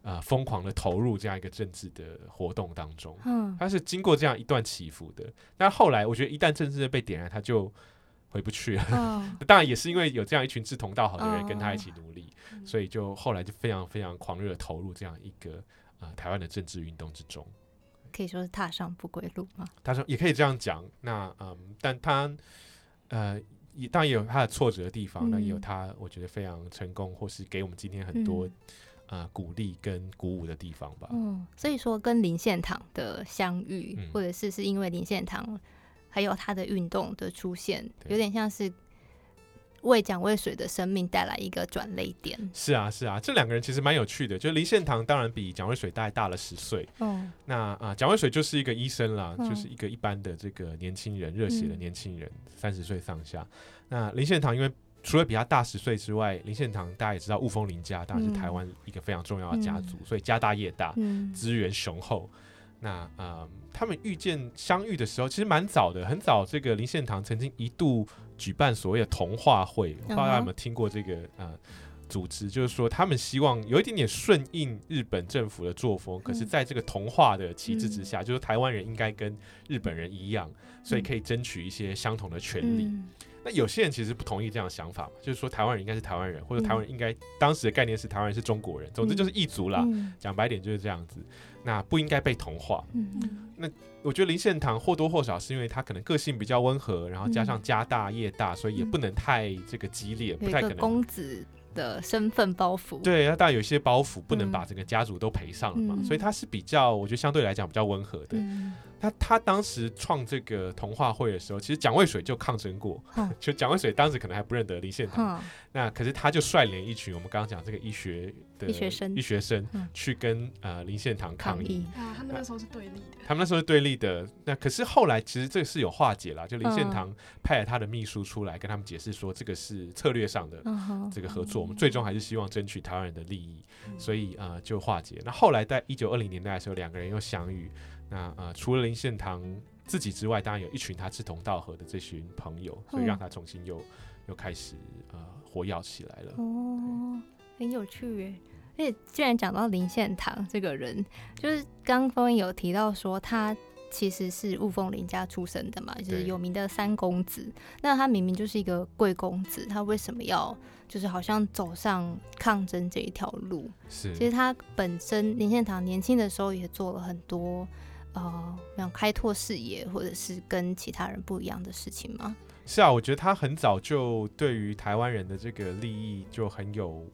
[SPEAKER 3] 疯狂的投入这样一个政治的活动当中。他是经过这样一段起伏的。但后来我觉得一旦政治被点燃，他就回不去了。当然也是因为有这样一群志同道合的人跟他一起努力，所以就后来就非常非常狂热投入这样一个台湾的政治运动之中。
[SPEAKER 1] 可以说是踏上不归路吗？
[SPEAKER 3] 踏上也可以这样讲。那但他当然也有他的挫折的地方，那也有他我觉得非常成功，或是给我们今天很多鼓励跟鼓舞的地方吧。
[SPEAKER 1] 所以说跟林献堂的相遇，或者是因为林献堂还有他的运动的出现，有点像是为蒋渭水的生命带来一个转捩点。
[SPEAKER 3] 是啊，这两个人其实蛮有趣的。就林献堂当然比蒋渭水大了10岁。那蒋渭水就是一个医生啦，就是一个一般的这个年轻人，热血的年轻人，30岁上下。那林献堂因为除了比他大10岁之外，林献堂大家也知道雾峰林家当然是台湾一个非常重要的家族，所以家大业大，资源雄厚。那他们相遇的时候其实蛮早的，很早。这个林献堂曾经一度举办所谓的童话会，不知道大家有没有听过这个组织，就是说他们希望有一点点顺应日本政府的作风，可是在这个童话的旗帜之下，就是台湾人应该跟日本人一样，所以可以争取一些相同的权利。那有些人其实不同意这样的想法嘛，就是说台湾人应该是台湾人，或者台湾人应该当时的概念是台湾人是中国人，总之就是异族啦，讲白点就是这样子。那不应该被同化。那我觉得林献堂或多或少是因为他可能个性比较温和，然后加上家大业大，所以也不能太这个激烈，不太可能。
[SPEAKER 1] 公子的身份包袱，
[SPEAKER 3] 对，他当然有一些包袱，不能把整个家族都赔上了嘛，所以他是比较，我觉得相对来讲比较温和的。他当时创这个童话会的时候，其实蒋渭水就抗争过，就蒋渭水当时可能还不认得林献堂，那可是他就率领一群我们刚刚讲这个医学生去跟林献堂抗议。
[SPEAKER 2] 他们那时候是对立的。
[SPEAKER 3] 他们那时候是对立的。那可是后来其实这个是有化解啦，就林献堂派了他的秘书出来跟他们解释说，这个是策略上的这个合作，我们最终还是希望争取台湾人的利益，所以就化解。那后来在1920年代的时候，两个人又相遇。那除了林献堂自己之外，当然有一群他志同道合的这群朋友，所以让他重新又开始活跃起来了。
[SPEAKER 1] 很有趣耶。而且既然讲到林献堂这个人，就是刚刚有提到说他其实是雾峰林家出生的嘛，就是有名的三公子。那他明明就是一个贵公子，他为什么要就是好像走上抗争这一条路？其实他本身林献堂年轻的时候也做了很多像开拓视野或者是跟其他人不一样的事情吗？
[SPEAKER 3] 是啊，我觉得他很早就对于台湾人的这个利益就很有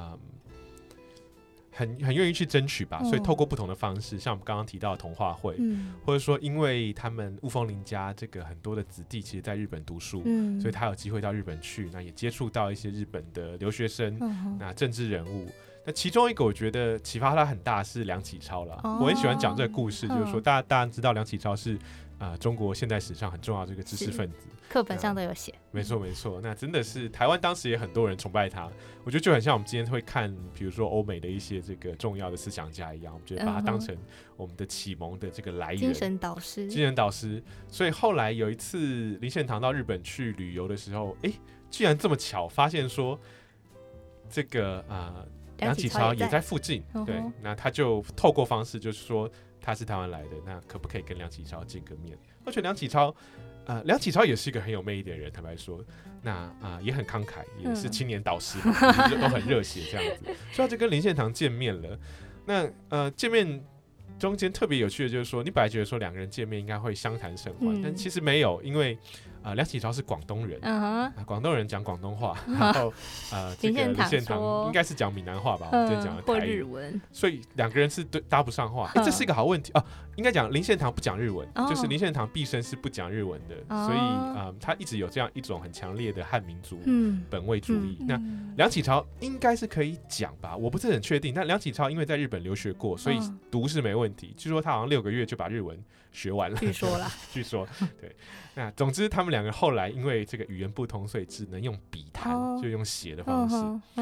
[SPEAKER 3] 很愿意去争取吧，所以透过不同的方式，像我们刚刚提到的童话会，或者说因为他们雾峰林家这个很多的子弟其实在日本读书，所以他有机会到日本去，那也接触到一些日本的留学生，那政治人物。那其中一个我觉得启发他很大是梁启超啦，我很喜欢讲这个故事，就是说大家知道梁启超是中国现代史上很重要的这个知识分子，
[SPEAKER 1] 课本上都有写。
[SPEAKER 3] 没错，那真的是台湾当时也很多人崇拜他，我觉得就很像我们今天会看比如说欧美的一些这个重要的思想家一样，我们觉得把他当成我们的启蒙的这个来源，精神导师。所以后来有一次林献堂到日本去旅游的时候，居然这么巧发现说这个梁启超也在附近，对，那他就透过方式就是说他是台湾来的，那可不可以跟梁启超见个面？我觉得梁启超也是一个很有魅力的人，坦白说，那也很慷慨，也是青年导师嘛，都很热血这样子，所以他就跟林献堂见面了。那见面中间特别有趣的就是说，你本来觉得说两个人见面应该会相谈甚欢，但其实没有，因为梁启超是广东人，广东人讲广东话，然后这个林献堂应该是讲闽南话吧，我们之前讲的台语，所以两个人是搭不上话。这是一个好问题应该讲林献堂不讲日文，就是林献堂毕生是不讲日文的，所以他一直有这样一种很强烈的汉民族本位主义。那梁启超应该是可以讲吧，我不是很确定。那梁启超因为在日本留学过，所以读是没问题。据说他好像6个月就把日文学完了，
[SPEAKER 1] 据说啦，
[SPEAKER 3] 据说对。那总之他们两个后来因为这个语言不通，所以只能用笔谈，就用写的方式。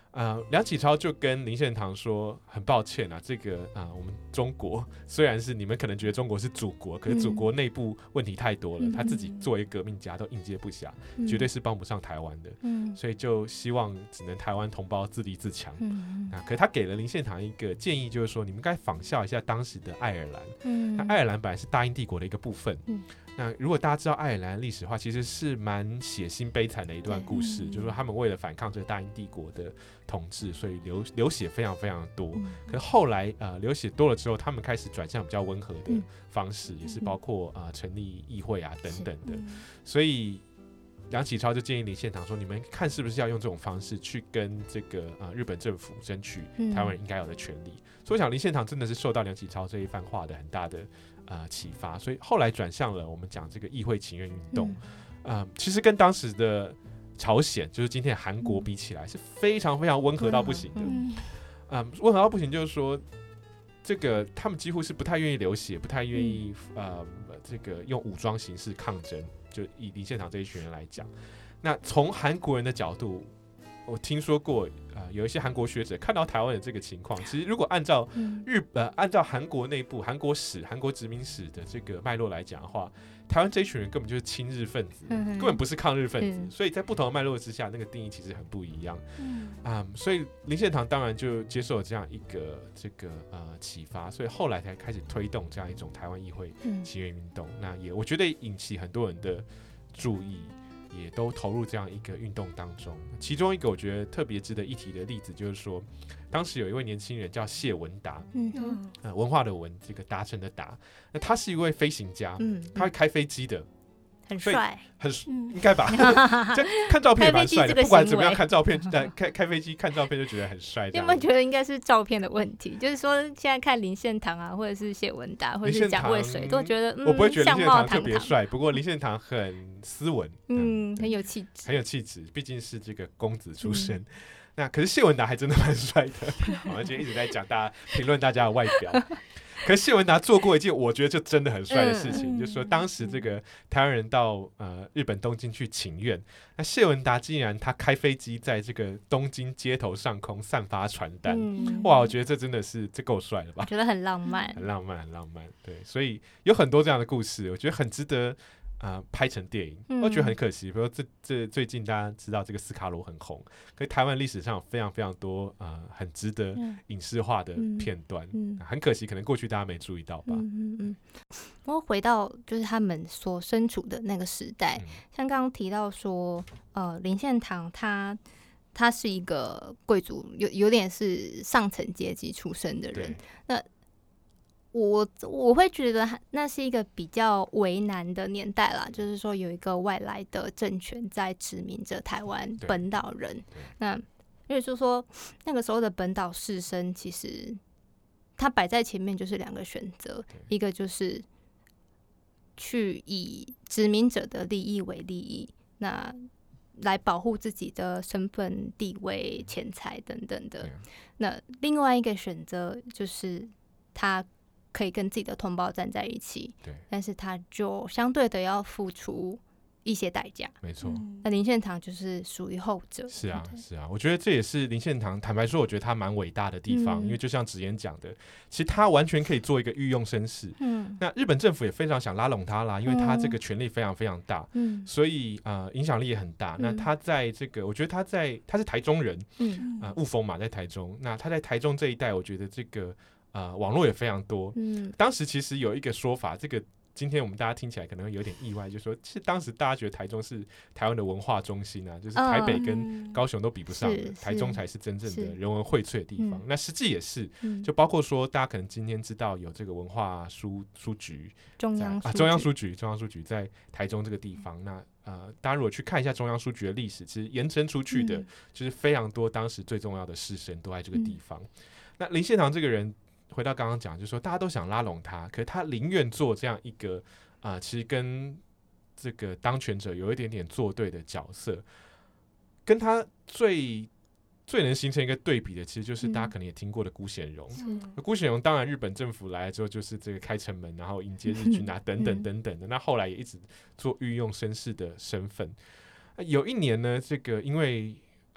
[SPEAKER 3] 梁启超就跟林献堂说，很抱歉啊，这个我们中国虽然是你们可能觉得中国是祖国，可是祖国内部问题太多了，他自己作为革命家都应接不暇，绝对是帮不上台湾的，所以就希望只能台湾同胞自立自强。可是他给了林献堂一个建议，就是说你们该仿效一下当时的爱尔兰。那爱尔兰本来是大英帝国的一个部分。那如果大家知道爱尔兰历史的话，其实是蛮血腥悲惨的一段故事，就是说他们为了反抗这个大英帝国的统治，所以流血非常非常多。可是后来流血多了之后，他们开始转向比较温和的方式，也是包括成立议会啊等等的。所以梁启超就建议林献堂说，你们看是不是要用这种方式去跟这个日本政府争取台湾人应该有的权利。所以我想林献堂真的是受到梁启超这一番话的很大的启发，所以后来转向了我们讲这个议会请愿运动。其实跟当时的朝鲜，就是今天的韩国比起来，是非常非常温和到不行的。温和到不行，就是说这个他们几乎是不太愿意流血，不太愿意这个用武装形式抗争。就以林献堂这一群人来讲，那从韩国人的角度，我听说过有一些韩国学者看到台湾的这个情况，其实如果按照按照韩国内部、韩国史、韩国殖民史的这个脉络来讲的话，台湾这一群人根本就是亲日分子，根本不是抗日分子，所以在不同的脉络之下，那个定义其实很不一样。所以林献堂当然就接受了这样一个启发，所以后来才开始推动这样一种台湾议会请愿运动。那也我觉得引起很多人的注意，也都投入这样一个运动当中。其中一个我觉得特别值得一提的例子，就是说当时有一位年轻人叫谢文达，文化的文，这个达成的达。那他是一位飞行家，他会开飞机的，
[SPEAKER 1] 很帅，
[SPEAKER 3] 应该吧？就看照片也蛮帅的，不管怎么样看照片，开飞机看照片就觉得很帅。
[SPEAKER 1] 有没有觉得应该是照片的问题？就是说现在看林献堂啊，或者是谢文达，或者是蒋渭水，都觉得
[SPEAKER 3] 我不会觉得林献堂特别帅，不过林献堂很斯文，
[SPEAKER 1] 很有气质，
[SPEAKER 3] 很有气质，毕竟是这个公子出身。那可是谢文达还真的蛮帅的，我们今天一直在讲大家评论大家的外表。可是谢文达做过一件我觉得就真的很帅的事情，就是说当时这个台湾人到日本东京去请愿，那谢文达竟然他开飞机在这个东京街头上空散发传单，哇，我觉得这真的是这够帅了吧？
[SPEAKER 1] 我觉得很浪漫，
[SPEAKER 3] 很浪漫，很浪漫。对，所以有很多这样的故事，我觉得很值得拍成电影。我觉得很可惜，比如说这最近大家知道这个斯卡罗很红，可是台湾历史上有非常非常多很值得影视化的片段，很可惜可能过去大家没注意到吧。
[SPEAKER 1] 不过回到就是他们所身处的那个时代，像刚刚提到说林献堂他是一个贵族，有点是上层阶级出身的人，那我会觉得那是一个比较为难的年代啦，就是说有一个外来的政权在殖民着台湾本岛人。那因为说那个时候的本岛士绅，其实他摆在前面就是两个选择，一个就是去以殖民者的利益为利益，那来保护自己的身份地位、钱财等等的。那另外一个选择就是他可以跟自己的同胞站在一起，但是他就相对的要付出一些代价。
[SPEAKER 3] 没错，
[SPEAKER 1] 那林献堂就是属于后者。
[SPEAKER 3] 是啊，是啊，我觉得这也是林献堂坦白说，我觉得他蛮伟大的地方，因为就像子妍讲的，其实他完全可以做一个御用绅士。那日本政府也非常想拉拢他啦，因为他这个权力非常非常大，所以影响力也很大。那他在这个，我觉得他是台中人，雾峰嘛，在台中。那他在台中这一带，我觉得这个网络也非常多。当时其实有一个说法，这个今天我们大家听起来可能会有点意外，就是说其实当时大家觉得台中是台湾的文化中心啊，就是台北跟高雄都比不上的，台中才是真正的人文荟萃的地方。那实际也是，就包括说大家可能今天知道有这个文化书局，中央书局在台中这个地方。那大家如果去看一下中央书局的历史，其实延伸出去的就是非常多当时最重要的士绅都在这个地方。那林献堂这个人，回到刚刚讲，就是说大家都想拉拢他，可是他宁愿做这样一个其实跟这个当权者有一点点作对的角色。跟他最能形成一个对比的，其实就是大家可能也听过的辜显荣。辜显荣当然日本政府来了之后，就是这个开城门，然后迎接日军啊等等等等的。那后来也一直做御用绅士的身份。有一年呢，这个因为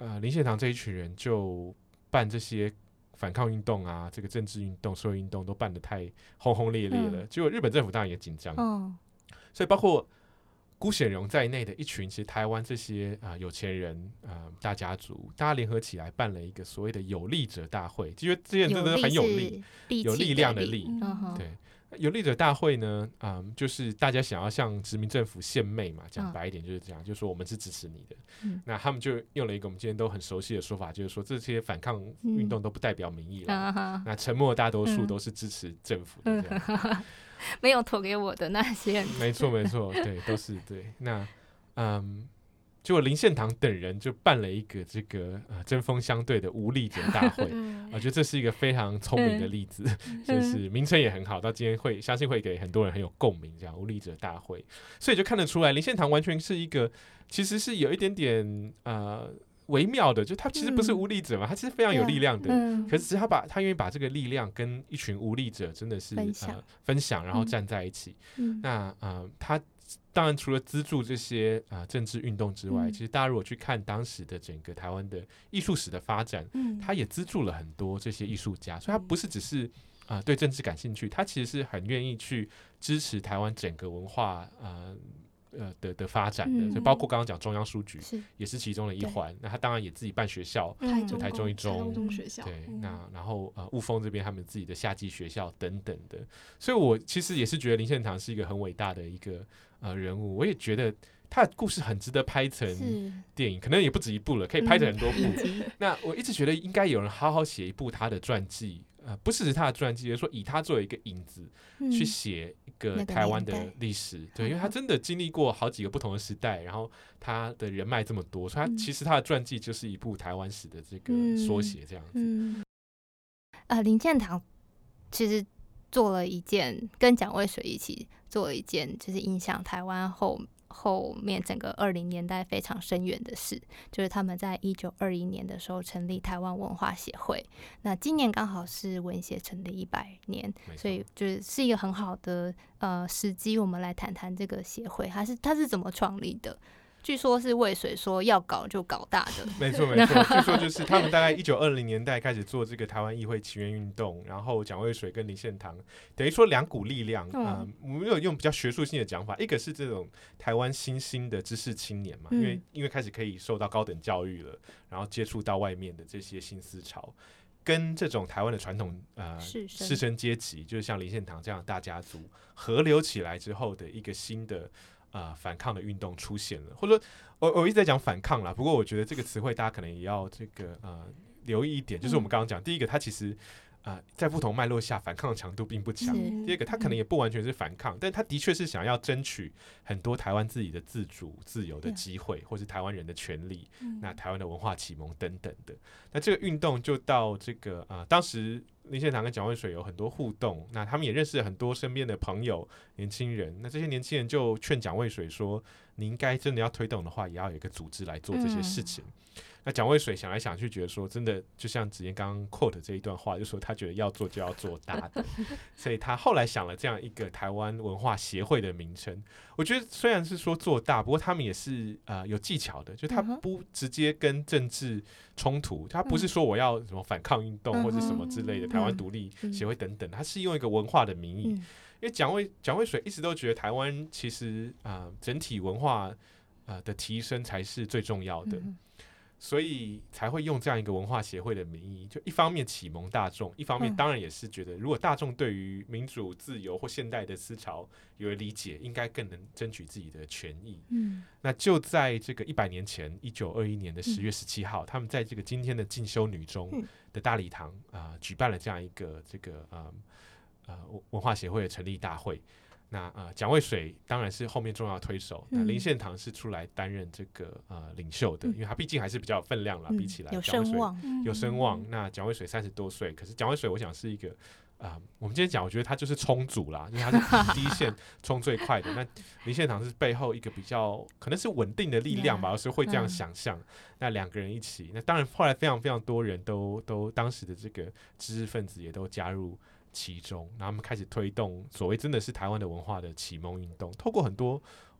[SPEAKER 3] 林献堂这一群人就办这些反抗运动啊，这个政治运动、社会运动都办得太轰轰烈烈了，结果日本政府当然也紧张，所以包括辜显荣在内的一群其实台湾这些有钱人大家族，大家联合起来办了一个所谓的有力者大会，因为这些人真的很有力，有力量的力，对。有力者大会呢，就是大家想要向殖民政府献媚嘛，讲白一点就是这样，就是说我们是支持你的。那他们就用了一个我们今天都很熟悉的说法，就是说这些反抗运动都不代表民意了，那沉默的大多数都是支持政府的这样。
[SPEAKER 1] 没有投给我的那些人，
[SPEAKER 3] 没错没错，对，都是对。那结果林献堂等人就办了一个这个针锋相对的无力者大会，我觉得这是一个非常聪明的例子，就是名称也很好，到今天相信会给很多人很有共鸣，这样无力者大会，所以就看得出来林献堂完全是一个其实是有一点点微妙的，就他其实不是无力者嘛，他其实非常有力量的，可是他愿意把这个力量跟一群无力者真的是分享，然后站在一起。那他当然除了资助这些政治运动之外，其实大家如果去看当时的整个台湾的艺术史的发展，他也资助了很多这些艺术家，所以他不是只是对政治感兴趣，他其实是很愿意去支持台湾整个文化的发展的，所以包括刚刚讲中央书局也是其中的一环。那他当然也自己办学校，台中一中
[SPEAKER 2] 学校，
[SPEAKER 3] 对，那然后雾峰这边他们自己的夏季学校等等的。所以我其实也是觉得林献堂是一个很伟大的一个人物，我也觉得他的故事很值得拍成电影，可能也不止一部了，可以拍成很多部。那我一直觉得应该有人好好写一部他的传记。不是他的传记，而是说以他作为一个引子去写一个台湾的历史，对，因为他真的经历过好几个不同的时代，然后他的人脉这么多，所以其实他的传记就是一部台湾史的这个缩写，这样子。
[SPEAKER 1] 林献堂其实做了一件跟蒋渭水一起做了一件，就是影响台湾后面整个20年代非常深远的事，就是他们在1921年的时候成立台湾文化协会。那今年刚好是文协成立100年，所以就是一个很好的时机，我们来谈谈这个协会，它是怎么创立的。据说是渭水说要搞就搞大的，
[SPEAKER 3] 没错没错。据说就是他们大概1920年代开始做这个台湾议会起源运动，然后蒋渭水跟林献堂等于说两股力量，我们有用比较学术性的讲法，一个是这种台湾新兴的知识青年嘛，因为开始可以受到高等教育了，然后接触到外面的这些新思潮。跟这种台湾的传统士绅阶级，就是像林献堂这样的大家族合流起来之后的一个新的反抗的运动出现了，或者说我一直在讲反抗啦，不过我觉得这个词汇大家可能也要这个留意一点，就是我们刚刚讲，第一个它其实在不同脉络下反抗的强度并不强，第二个它可能也不完全是反抗，但它的确是想要争取很多台湾自己的自主自由的机会，或是台湾人的权利，那台湾的文化启蒙等等的。那这个运动就到这个当时林献堂跟蒋渭水有很多互动，那他们也认识了很多身边的朋友年轻人，那这些年轻人就劝蒋渭水说，你应该真的要推动的话，也要有一个组织来做这些事情。那蒋渭水想来想去，觉得说真的，就像子妍刚刚 quote 这一段话，就说他觉得要做就要做大的，所以他后来想了这样一个台湾文化协会的名称。我觉得虽然是说做大，不过他们也是有技巧的，就他不直接跟政治冲突，他不是说我要什么反抗运动或者什么之类的，台湾独立协会等等，他是用一个文化的名义，因为蒋渭水一直都觉得台湾其实整体文化的提升才是最重要的。所以才会用这样一个文化协会的名义，就一方面启蒙大众，一方面当然也是觉得，如果大众对于民主、自由或现代的思潮有了理解，应该更能争取自己的权益。那就在这个100年前，1921年的10月17号，他们在这个今天的进修女中的大礼堂举办了这样一个这个文化协会的成立大会。那蒋渭水当然是后面重要的推手，那林献堂是出来担任这个领袖的，因为他毕竟还是比较有分量啦，比起来
[SPEAKER 1] 有声望，
[SPEAKER 3] 有声望。那蒋渭水30多岁，可是蒋渭水我想是一个我们今天讲，我觉得他就是冲组啦，因为他是第一线冲最快的。那林献堂是背后一个比较可能是稳定的力量吧，有时候会这样想象。那两个人一起，那当然后来非常非常多人都当时的这个知识分子也都加入其中，然后他们开始推动所谓真的是台湾的文化的启蒙运动，透过很多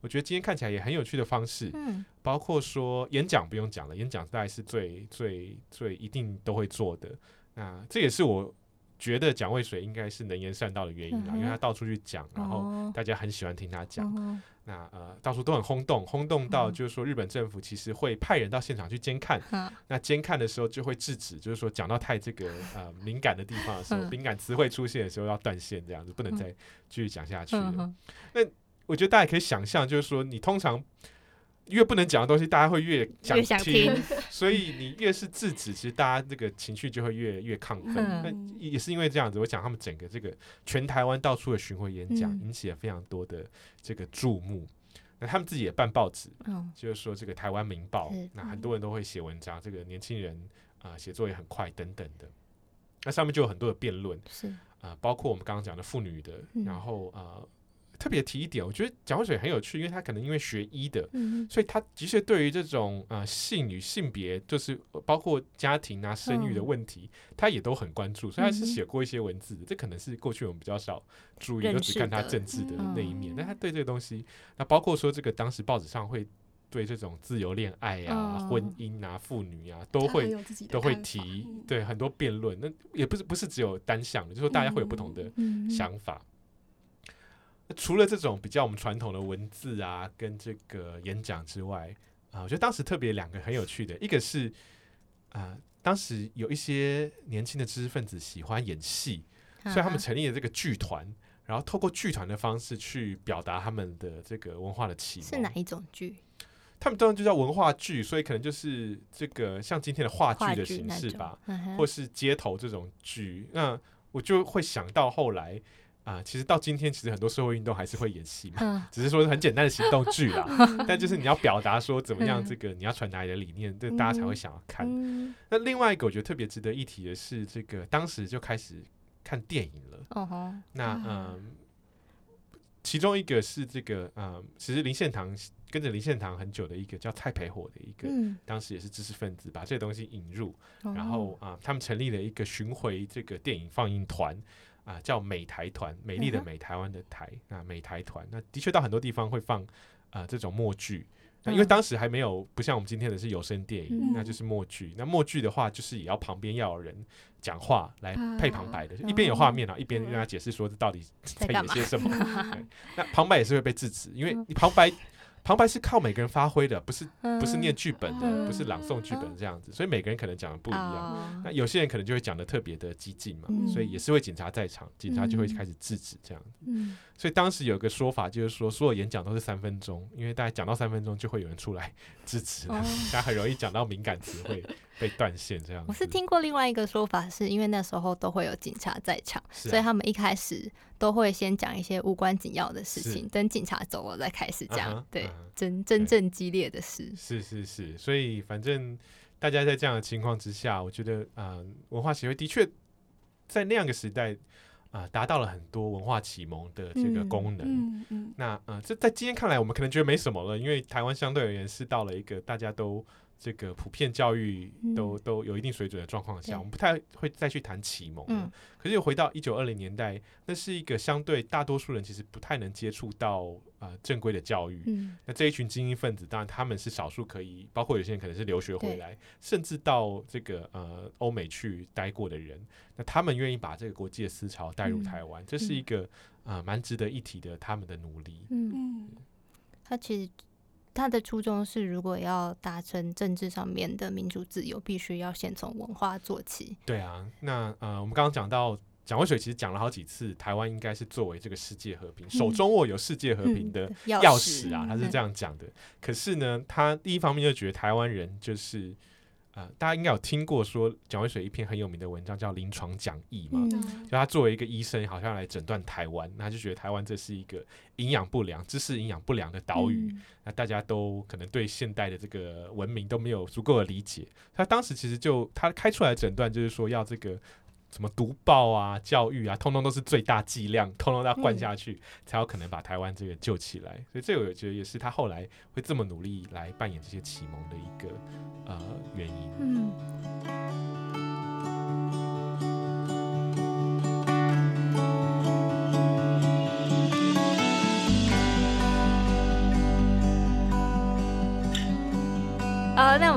[SPEAKER 3] 我觉得今天看起来也很有趣的方式，包括说演讲不用讲了，演讲大概是最一定都会做的。那这也是我觉得蒋渭水应该是能言善道的原因啦，因为他到处去讲，然后大家很喜欢听他讲。那到处都很轰动到就是说日本政府其实会派人到现场去监看，那监看的时候就会制止，就是说讲到太这个敏感的地方的时候，敏感词汇出现的时候要断线，这样子不能再继续讲下去了。那我觉得大家可以想象，就是说你通常越不能讲的东西，大家会越想听，所以你越是制止，其实大家这个情绪就会越亢奋。那也是因为这样子，我讲他们整个这个全台湾到处的巡回演讲，引起了非常多的这个注目。那他们自己也办报纸，就是说这个台湾民报，那很多人都会写文章，这个年轻人写作也很快等等的。那上面就有很多的辩论，包括我们刚刚讲的妇女的，然后特别提一点，我觉得蒋渭水很有趣，因为他可能因为学医的，所以他的确对于这种性与性别，就是包括家庭啊、生育的问题，他也都很关注，所以他是写过一些文字的。这可能是过去我们比较少注意，就只看他政治的那一面。但他对这个东西，那包括说这个当时报纸上会对这种自由恋爱啊、婚姻啊、妇女啊，都会提，对很多辩论。那也不是只有单向的，就是说大家会有不同的想法。除了这种比较我们传统的文字啊跟这个演讲之外，我觉得当时特别两个很有趣的，一个是当时有一些年轻的知识分子喜欢演戏，所以他们成立了这个剧团，然后透过剧团的方式去表达他们的这个文化的启蒙。
[SPEAKER 1] 是哪一种剧？
[SPEAKER 3] 他们当然就叫文化剧，所以可能就是这个像今天的话剧的形式吧，或是街头这种剧。那我就会想到后来其实到今天，其实很多社会运动还是会演戏嘛，只是说很简单的行动剧啦。但就是你要表达说怎么样，这个你要传达你的理念，这大家才会想要看。那另外一个我觉得特别值得一提的是，这个当时就开始看电影了。那其中一个是这个其实林献堂跟着林献堂很久的一个叫蔡培火的一个，当时也是知识分子，把这个东西引入，然后他们成立了一个巡回这个电影放映团。叫美台团，美丽的美，台湾的台，那美台团，那的确到很多地方会放这种默剧。那因为当时还没有不像我们今天的是有声电影，那就是默剧。那默剧的话，就是也要旁边要有人讲话来配旁白的，一边有画面一边跟他解释说这到底在演些什么。那旁白也是会被制止，因为你旁白是靠每个人发挥的，不是念剧本的，不是朗诵剧本这样子，所以每个人可能讲的不一样。那有些人可能就会讲的特别的激进嘛，所以也是会警察在场，警察就会开始制止这样子。所以当时有个说法就是说，所有演讲都是3分钟，因为大概讲到3分钟就会有人出来制止，大家很容易讲到敏感词会被断线这样子。
[SPEAKER 1] 我是听过另外一个说法，是因为那时候都会有警察在场，所以他们一开始都会先讲一些无关紧要的事情，等警察走了再开始讲。对，真正激烈的事。
[SPEAKER 3] 是，所以反正大家在这样的情况之下，我觉得文化协会的确在那样的时代达到了很多文化启蒙的这个功能。那这在今天看来，我们可能觉得没什么了，因为台湾相对而言是到了一个大家都这个普遍教育都有一定水准的状况下，我们不太会再去谈启蒙了。可是又回到1920年代，那是一个相对大多数人其实不太能接触到正规的教育。那这一群精英分子，当然他们是少数可以，包括有些人可能是留学回来，甚至到这个欧美去待过的人，那他们愿意把这个国际的思潮带入台湾，这是一个蛮值得一提的他们的努力。
[SPEAKER 1] 他其实他的初衷是，如果要达成政治上面的民主自由，必须要先从文化做起。
[SPEAKER 3] 对啊，那我们刚刚讲到蒋渭水其实讲了好几次，台湾应该是作为这个世界和平，手中握有世界和平的钥匙啊，他是这样讲的。可是呢，他第一方面就觉得台湾人就是大家应该有听过说蒋渭水一篇很有名的文章叫《临床讲义》嘛，就他作为一个医生，好像来诊断台湾，他就觉得台湾这是一个营养不良、知识营养不良的岛屿，那大家都可能对现代的这个文明都没有足够的理解。他当时其实他开出来的诊断就是说要这个什么读报啊、教育啊，通通都是最大剂量，通通都要灌下去，才有可能把台湾这个救起来。所以这个我觉得也是他后来会这么努力来扮演这些启蒙的一个原因。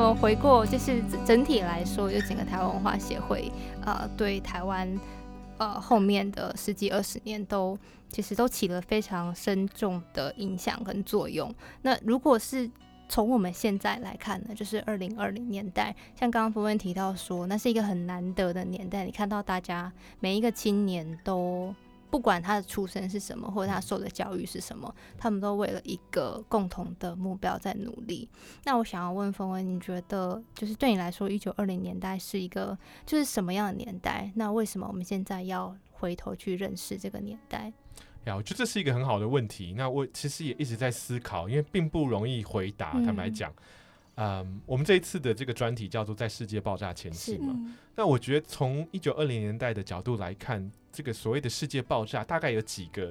[SPEAKER 1] 回过就是整体来说，就整个台湾文化协会对台湾后面的10几20年其实都起了非常深重的影响跟作用。那如果是从我们现在来看呢，就是2020年代，像刚刚芬芬提到说，那是一个很难得的年代，你看到大家每一个青年都不管他的出身是什么，或者他受的教育是什么，他们都为了一个共同的目标在努力。那我想要问芬芬，你觉得就是对你来说1920年代是一个就是什么样的年代？那为什么我们现在要回头去认识这个年代？
[SPEAKER 3] 我觉得这是一个很好的问题。那我其实也一直在思考，因为并不容易回答。坦白讲，我们这一次的这个专题叫做在世界爆炸前夕嘛。那我觉得从1920年代的角度来看，这个所谓的世界爆炸，大概有几个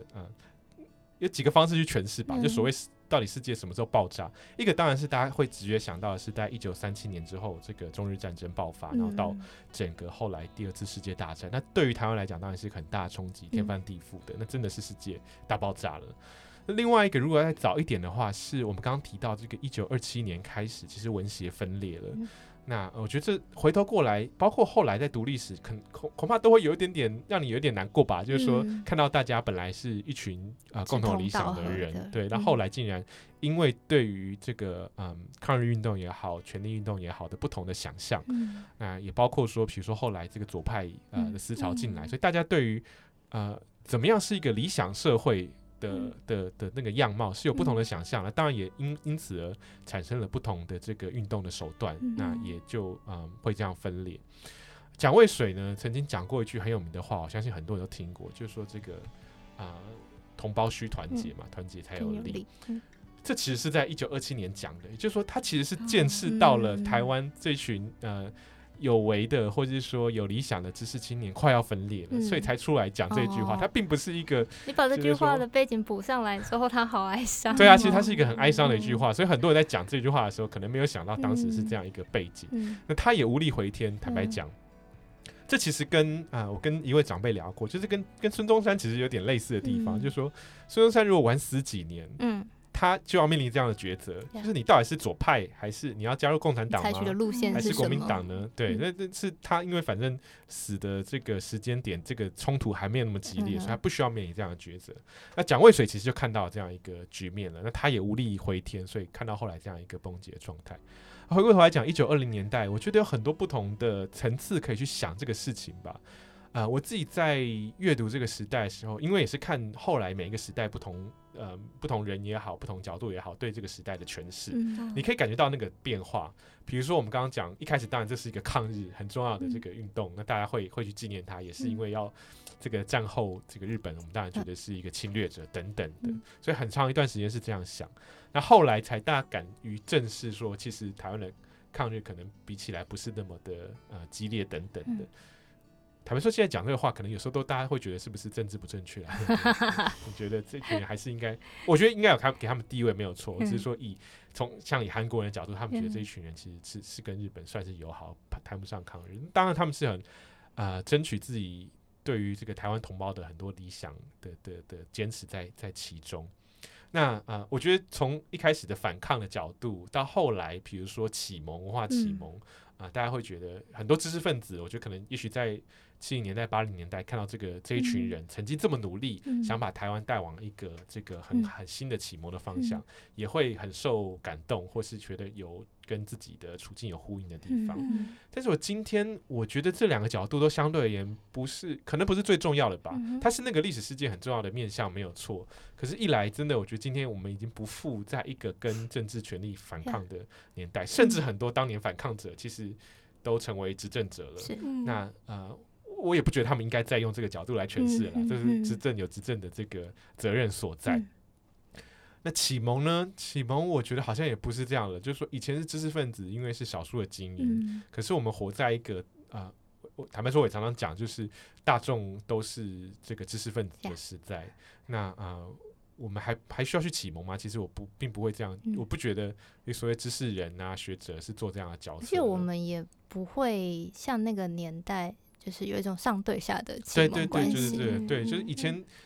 [SPEAKER 3] 方式去诠释吧。就所谓到底世界什么时候爆炸？一个当然是大家会直觉想到的是，在1937年之后，这个中日战争爆发，然后到整个后来第2次世界大战。那对于台湾来讲，当然是很大的冲击，天翻地覆的。那真的是世界大爆炸了。那另外一个，如果再早一点的话，是我们刚刚提到这个1927年开始，其实文协分裂了。那我觉得这回头过来，包括后来在读历史，恐怕都会有一点点让你有点难过吧。就是说，看到大家本来是一群共同理想的人，对，那后来竟然因为对于这个抗日运动也好、权力运动也好的不同的想象，那也包括说，比如说后来这个左派的思潮进来，所以大家对于怎么样是一个理想社会的那个样貌是有不同的想象的，当然也因此而产生了不同的这个运动的手段，那也就会这样分裂。蒋渭水呢曾经讲过一句很有名的话，我相信很多人都听过，就是说这个同胞需团结嘛，团结才有力。这其实是在1927年讲的，也就是说他其实是见识到了台湾这群有为的或者是说有理想的知识青年快要分裂了，所以才出来讲这句话。他并不是一个
[SPEAKER 1] 你把这句话的背景补上来之后，他好哀伤。
[SPEAKER 3] 对啊，其实他是一个很哀伤的一句话，所以很多人在讲这句话的时候，可能没有想到当时是这样一个背景。那他也无力回天，坦白讲。这其实跟我跟一位长辈聊过，就是跟孙中山其实有点类似的地方，就是说孙中山如果晚死几年，他就要面临这样的抉择，就是你到底是左派还是你要加入共产党吗？
[SPEAKER 1] 采取的路线
[SPEAKER 3] 还是国民党呢？对，那是他因为反正死的这个时间点，这个冲突还没有那么激烈，所以他不需要面临这样的抉择。那蒋渭水其实就看到这样一个局面了，那他也无力回天，所以看到后来这样一个崩解的状态。回过头来讲，1920年代，我觉得有很多不同的层次可以去想这个事情吧。我自己在阅读这个时代的时候，因为也是看后来每一个时代不同人也好，不同角度也好，对这个时代的诠释，你可以感觉到那个变化。比如说我们刚刚讲，一开始当然这是一个抗日很重要的这个运动，那大家会去纪念它，也是因为要这个战后这个日本，我们当然觉得是一个侵略者等等的，所以很长一段时间是这样想。那后来才大家敢于正视说，其实台湾的抗日可能比起来不是那么的激烈等等的。坦白说，现在讲这个话，可能有时候都大家会觉得是不是政治不正确啊？我觉得这群人还是应该，我觉得应该有给他们地位没有错，只是说以韩国人的角度，他们觉得这一群人其实是跟日本算是友好，谈不上抗日。当然，他们是很争取自己对于这个台湾同胞的很多理想的坚持在其中。那我觉得从一开始的反抗的角度，到后来比如说启蒙文化启蒙大家会觉得很多知识分子，我觉得可能也许在70年代80年代看到这一群人曾经这么努力，想把台湾带往一个这个很新的启蒙的方向，也会很受感动，或是觉得有跟自己的处境有呼应的地方。但是今天我觉得这两个角度都相对而言可能不是最重要的吧，它是那个历史事件很重要的面向没有错，可是一来真的我觉得今天我们已经不复在一个跟政治权力反抗的年代，甚至很多当年反抗者其实都成为执政者了。那我也不觉得他们应该再用这个角度来诠释了，这是执政有执政的这个责任所在。那启蒙呢？启蒙我觉得好像也不是这样了，就是说以前是知识分子，因为是少数的精英，可是我们活在一个我坦白说，我也常常讲，就是大众都是这个知识分子的时代。那我们还需要去启蒙吗？其实我并不会这样，我不觉得所谓知识人啊、学者是做这样的角色，而且
[SPEAKER 1] 我们也不会像那个年代，就是有一种上对下的启蒙关系。
[SPEAKER 3] 对，就是以前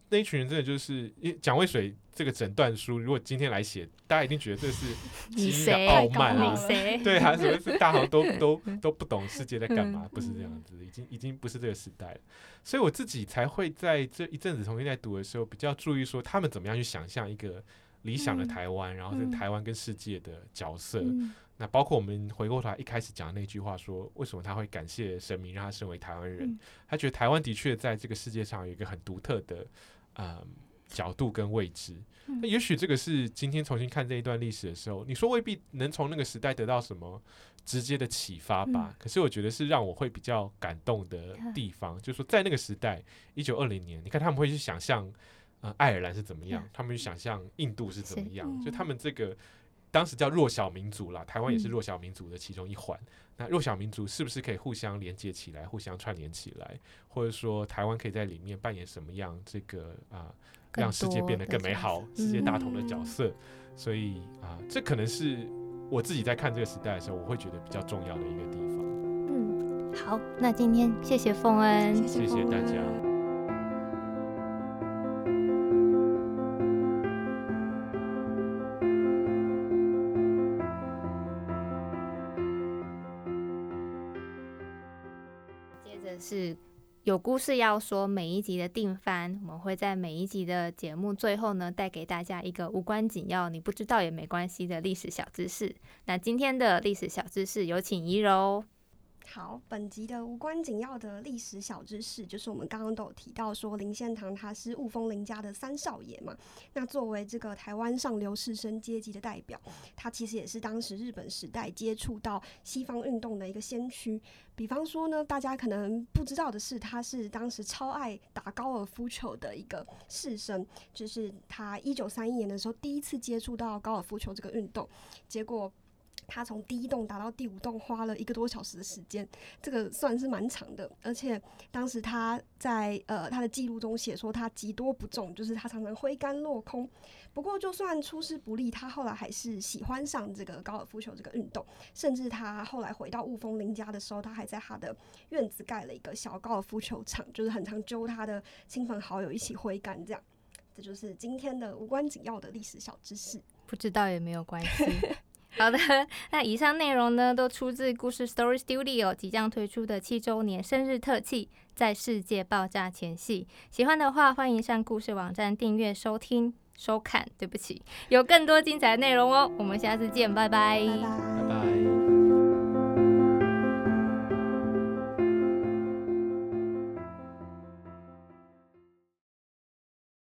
[SPEAKER 3] 那一群人真的就是蒋渭水这个整段书，如果今天来写，大家一定觉得这是基因的傲慢啊，对啊，什么是大豪都不懂世界在干嘛，不是这样子，已经不是这个时代了。所以我自己才会在这一阵子重新在读的时候，比较注意说他们怎么样去想象一个理想的台湾，然后是台湾跟世界的角色。那包括我们回过头来一开始讲的那句话说，为什么他会感谢神明让他身为台湾人，他觉得台湾的确在这个世界上有一个很独特的角度跟位置。那也许这个是今天重新看这一段历史的时候，你说未必能从那个时代得到什么直接的启发吧，可是我觉得是让我会比较感动的地方，就是说在那个时代1920年，你看他们会去想象爱尔兰是怎么样，他们去想象印度是怎么样，就他们这个当时叫弱小民族啦，台湾也是弱小民族的其中一环。那弱小民族是不是可以互相连接起来，互相串联起来，或者说台湾可以在里面扮演什么样这个让世界变得更美好、世界大同的角色？所以这可能是我自己在看这个时代的时候，我会觉得比较重要的一个地方。
[SPEAKER 1] 好，那今天谢谢凤恩，
[SPEAKER 3] 谢谢大家。
[SPEAKER 1] 是有故事要说每一集的定番，我们会在每一集的节目最后呢，带给大家一个无关紧要、你不知道也没关系的历史小知识。那今天的历史小知识有请怡柔。
[SPEAKER 2] 好，本集的无关紧要的历史小知识，就是我们刚刚都有提到说林献堂他是雾峰林家的三少爷嘛，那作为这个台湾上流士绅阶级的代表，他其实也是当时日本时代接触到西方运动的一个先驱。比方说呢，大家可能不知道的是，他是当时超爱打高尔夫球的一个士绅，就是他1931年的时候第一次接触到高尔夫球这个运动，结果他从第一洞打到第5洞花了1个多小时的时间，这个算是蛮长的。而且当时他在他的记录中写说他击多不中，就是他常常挥杆落空。不过就算出师不利，他后来还是喜欢上这个高尔夫球这个运动，甚至他后来回到雾峰林家的时候，他还在他的院子盖了一个小高尔夫球场，就是很常揪他的亲朋好友一起挥杆这样。这就是今天的无关紧要的历史小知识，
[SPEAKER 1] 不知道也没有关系。好的，那以上内容呢，都出自故事 Story Studio 即将推出的7周年生日特辑，在世界爆炸前夕。喜欢的话，欢迎上故事网站订阅收看，对不起，有更多精彩的内容哦。我们下次见，拜拜。
[SPEAKER 3] 拜拜。